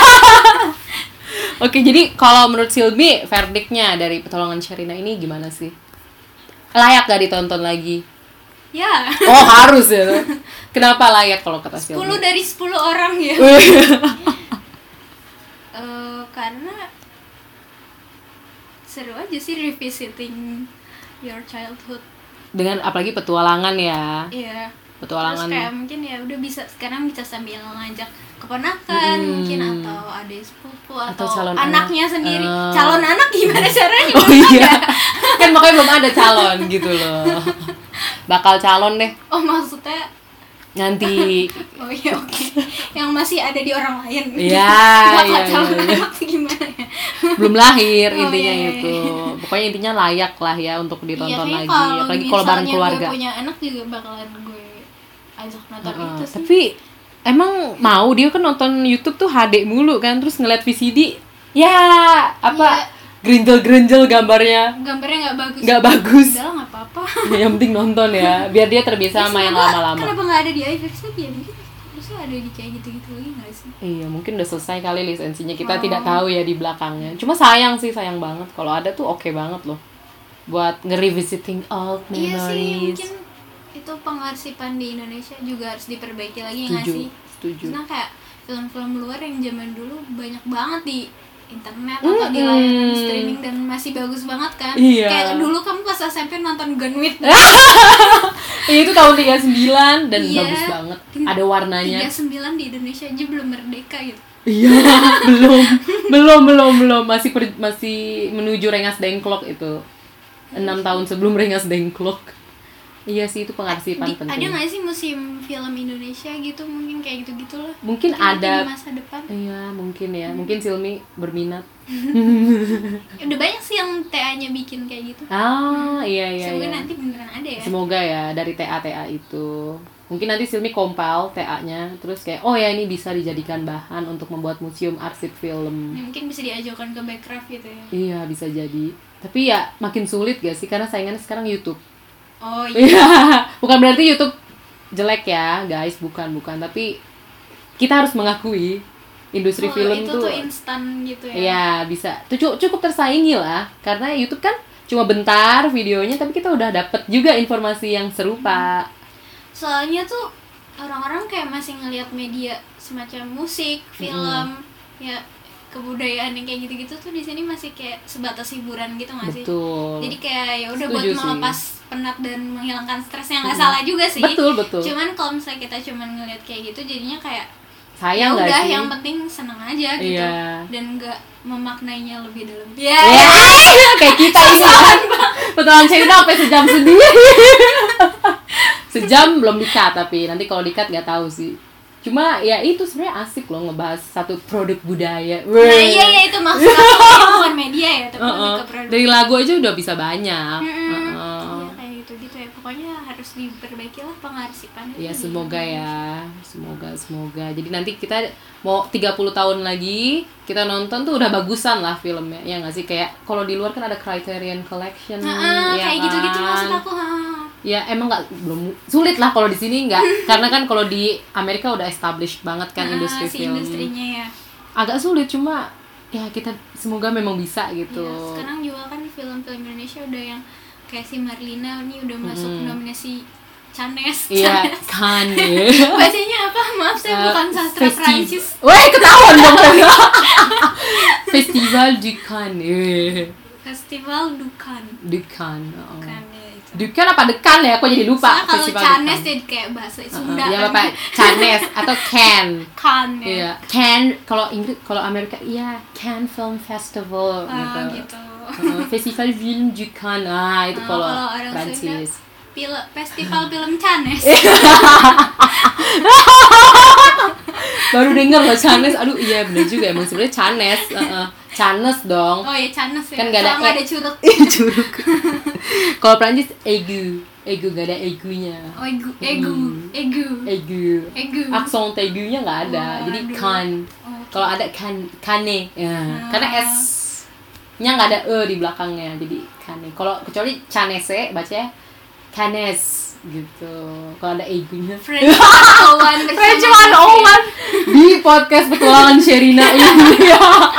Oke, jadi kalau menurut Silmi, verdiknya dari Petolongan Sherina ini gimana sih? Layak gak ditonton lagi? Ya. Oh, harus ya. Kenapa layak kalau kata Silmi? 10 dari 10 orang ya. Karena seru aja sih revisiting your childhood. Dengan apalagi petualangan ya. Iya. Petualangan. Terus kayak mungkin ya udah bisa sekarang bisa sambil ngajak keponakan mungkin atau adik sepupu atau calon anaknya anak. sendiri. Calon anak gimana caranya? Oh iya. Kan makanya belum ada calon gitu loh. Bakal calon deh Oh maksudnya nanti. oh iya oke. Yang masih ada di orang lain. Iya, Bakal iya, calon iya. anak gimana ya? Belum lahir Oh, intinya iya, iya. itu. Pokoknya intinya layak lah ya untuk ditonton Iya, lagi. kayaknya Apalagi kalau bareng misalnya keluarga. gue punya anak juga bakalan gue ajak nonton itu sih. Tapi emang mau dia kan nonton YouTube tuh HD mulu kan, terus ngeliat VCD ya apa gerinjel-gerinjel gambarnya Gambarnya nggak bagus. nggak bagus. Udah lah, nggak apa-apa. Yang penting nonton ya, biar dia terbiasa sama yang lama-lama. Kenapa nggak ada di iFlix lagi ya? Mungkin harusnya ada di kayak gitu-gitu lagi nggak sih? Iya, mungkin udah selesai kali lisensinya, kita tidak tahu ya di belakangnya. Cuma sayang sih, sayang banget. Kalau ada tuh oke banget loh, buat nge-revisiting old memories. Iya sih, mungkin itu pengarsipan di Indonesia juga harus diperbaiki lagi nggak sih? Setuju. Karena kayak film-film luar yang zaman dulu banyak banget di internet atau di layanan streaming dan masih bagus banget kan. Iya. Kayak dulu kamu pas SMP nonton Gone with Itu tahun 39 dan Iya. bagus banget. Ada warnanya. 39 di Indonesia aja belum merdeka gitu. Iya, belum masih menuju Rengas Dengklok itu. 6 tahun sebelum Rengas Dengklok. Iya sih, itu pengarsipan penting. Ada nggak sih museum film Indonesia gitu, mungkin kayak gitu-gitu lah. Mungkin ada di masa depan. Iya, mungkin ya. Mungkin Silmi berminat. Udah banyak sih yang TA-nya bikin kayak gitu. Ah, iya. Semoga nanti beneran ada ya. Semoga ya dari TA itu. Mungkin nanti Silmi compile TA-nya, terus kayak oh ya ini bisa dijadikan bahan untuk membuat museum arsip film. Ya, mungkin bisa diajukan ke Backcraft gitu ya. Iya, bisa jadi. Tapi ya makin sulit gak sih, karena saingannya sekarang YouTube. Oh iya. Iya, bukan berarti YouTube jelek ya, guys, bukan. Tapi kita harus mengakui industri film itu tuh instan gitu ya. Iya, bisa. Tuh cukup tersaingi lah, karena YouTube kan cuma bentar videonya, tapi kita udah dapet juga informasi yang serupa. Soalnya tuh orang-orang kayak masih ngelihat media semacam musik, film, ya kebudayaan yang kayak gitu-gitu tuh di sini masih kayak sebatas hiburan gitu nggak sih? Betul. Jadi kayak ya udah buat Setuju sih. melepas penat dan menghilangkan stres yang nggak salah juga sih. Betul. Cuman kalau misalnya kita cuman ngelihat kayak gitu jadinya kayak Sayang ya gak udah sih? yang penting seneng aja gitu. Iya. Dan nggak memaknainya lebih dalam. Ya, kayak kita ini kan. Betulan Sherina sampai sejam sendiri. Sejam belum di-cut, tapi nanti kalau di-cut nggak tahu sih. Cuma ya itu sebenarnya asik loh ngebahas satu produk budaya. Nah iya itu maksud aku bukan media ya, tapi lebih ke produk. Dari lagu aja udah bisa banyak. Iya kayak gitu ya. Pokoknya harus diperbaiki lah pengarsipan. Ya semoga ya, semoga. Jadi nanti kita mau 30 tahun lagi kita nonton tuh udah bagusan lah filmnya, ya nggak sih? Kayak kalau di luar kan ada Criterion Collection, ya kayak kan? gitu-gitu maksud aku. Ya emang belum sulit lah kalau di sini nggak, karena kan kalau di Amerika udah established banget kan industri film. Industrinya ya. Agak sulit, cuma ya kita semoga memang bisa gitu. Ya, sekarang juga kan film-film Indonesia udah yang kayak si Marlina ini udah masuk nominasi Cannes. Iya, kan. Bacanya apa? Maaf saya bukan sastra Prancis. Wah, ketahuan dong. Festival du Cannes. Festival du Cannes. Du Cannes. Oh. Dukan apa dekan ya? Aku jadi lupa. Soalnya kalau Cannes jadi kayak bahasa Sunda. Ya apa? Cannes atau Cannes. Cannes. Iya. Cannes kalau Inggris, kalau Amerika iya Cannes Film Festival gitu. Festival Film du Cannes. Itu kalau Prancis. Festival film Cannes. Baru denger loh Cannes. Aduh iya bener juga, emang sebenarnya Cannes. Cannes dong. Oh iya Cannes ya. Kan gak ada curug. Curug. Kalau Prancis aigu gak ada aigunya. Oh aigu. Aksen aigunya nggak ada. Jadi can. Kalau ada cane. Ya. Karena s-nya nggak ada e di belakangnya. Jadi cane. Kalau kecuali Canese bacanya Cannes gitu. Kalau ada aigunya. French 101 di podcast petualangan Sherina ini.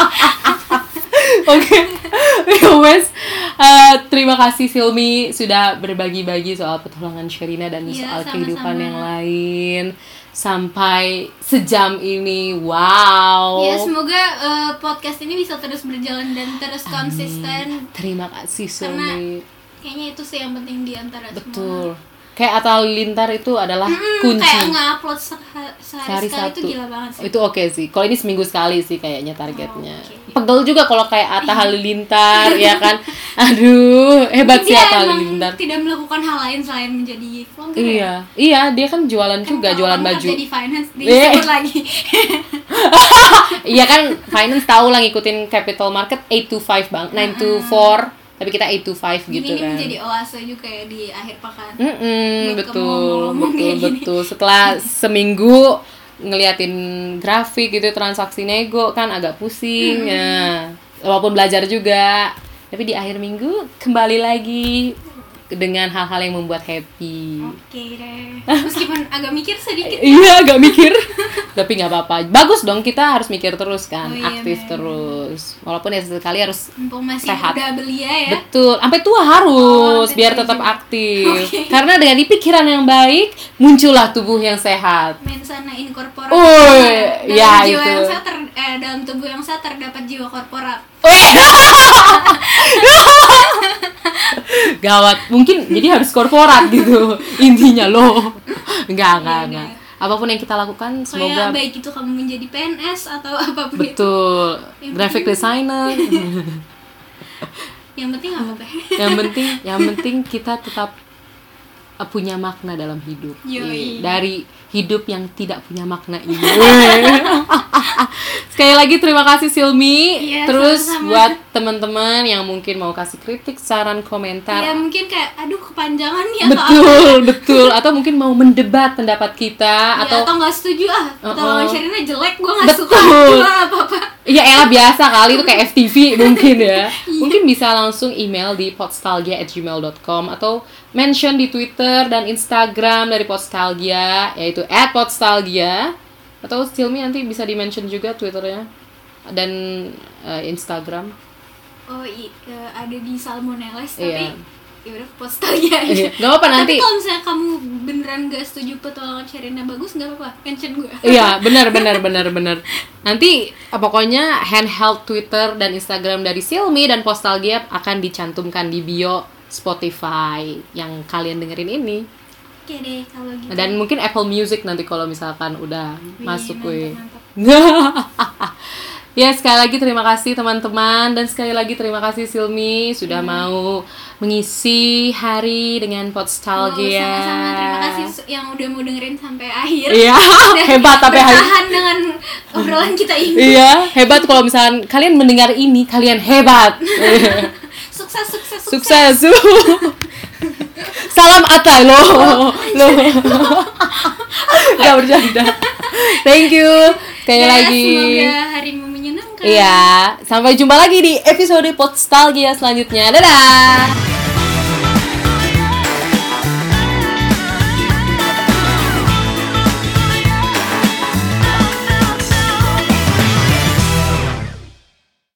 Oke. Wes. Terima kasih Silmi sudah berbagi-bagi soal petualangan Sherina dan soal kehidupan yang lain sampai sejam ini. Wow. Ya semoga podcast ini bisa terus berjalan dan terus konsisten. Terima kasih Silmi. Karena kayaknya itu sih yang penting di antara betul. semua. Kayak Atta Halilintar itu adalah kunci. Kayak nge-upload sehari sekali itu gila banget sih. Itu oke sih. Kalau ini seminggu sekali sih kayaknya targetnya. Pegel juga kalau kayak Atta Halilintar ya kan. Aduh, hebat sih Atta Halilintar. Tidak melakukan hal lain selain menjadi vlogger. Iya. Iya, dia kan jualan kan juga, jualan baju. Jadi finance disebut lagi. Iya kan, finance tahu lah ngikutin capital market 8 to 5 bang, 9 to 4. Tapi kita 8 to 5 gitu ini kan. Ini menjadi oase juga ya di akhir pekan. Betul. Setelah seminggu ngeliatin grafik gitu, transaksi nego kan agak pusing ya. Walaupun belajar juga. Tapi di akhir minggu kembali lagi dengan hal-hal yang membuat happy. Oke deh. Meskipun agak mikir sedikit. Iya, agak mikir. Tapi nggak apa-apa. Bagus dong, kita harus mikir terus kan, aktif terus. Walaupun ya sesekali harus masih sehat. Muda belia ya. Betul. Sampai tua harus biar tetap aktif. Karena dengan pikiran yang baik muncullah tubuh yang sehat. Mensana in corpora. Ya jiwa itu. Yang sehat dalam tubuh yang sehat terdapat jiwa korporat. Gawat, mungkin jadi harus korporat gitu intinya loh. Enggak. Apapun yang kita lakukan semoga baik itu kamu menjadi PNS atau apapun. Betul. Graphic designer. Yang penting apa? Yang penting kita tetap punya makna dalam hidup. Dari hidup yang tidak punya makna ini. Sekali lagi terima kasih Silmi. Terus sama-sama. Buat teman-teman yang mungkin mau kasih kritik, saran, komentar. Ya mungkin kayak aduh kepanjangan ya. Betul. Atau mungkin mau mendebat pendapat kita atau nggak setuju atau Sherina jelek, gue nggak suka. Apa-apa. Iya elah biasa kali itu kayak FTV mungkin ya. Mungkin bisa langsung email di podstalgia@gmail.com atau mention di Twitter dan Instagram dari Podstalgia yaitu @podstalgia. Atau Silmi nanti bisa di-mention juga Twitternya dan Instagram. Ada di Salmonelles tapi yaudah Podstalgia aja. Gak apa-apa nanti. Tapi kalau misalnya kamu beneran gak setuju petualangan Sherina bagus, gak apa-apa, mention gue. Iya, benar. Nanti pokoknya handheld Twitter dan Instagram dari Silmi dan Podstalgia akan dicantumkan di bio Spotify yang kalian dengerin ini. Oke deh kalau gitu. Dan mungkin Apple Music nanti kalau misalkan udah masuk mantap. Ya sekali lagi terima kasih teman-teman dan sekali lagi terima kasih Silmi sudah mau mengisi hari dengan Podstalgia. Sama-sama, terima kasih yang udah mau dengerin sampai akhir. Iya, hebat sampai akhir. Bertahan dengan obrolan kita ini. Iya, hebat kalau misalkan kalian mendengar ini, kalian hebat. Sukses. Salam Atta loh. Gak bercanda. Thank you. Sekali lagi. Semoga harimu menyenangkan. Iya, sampai jumpa lagi di episode Podstalgia selanjutnya. Dadah.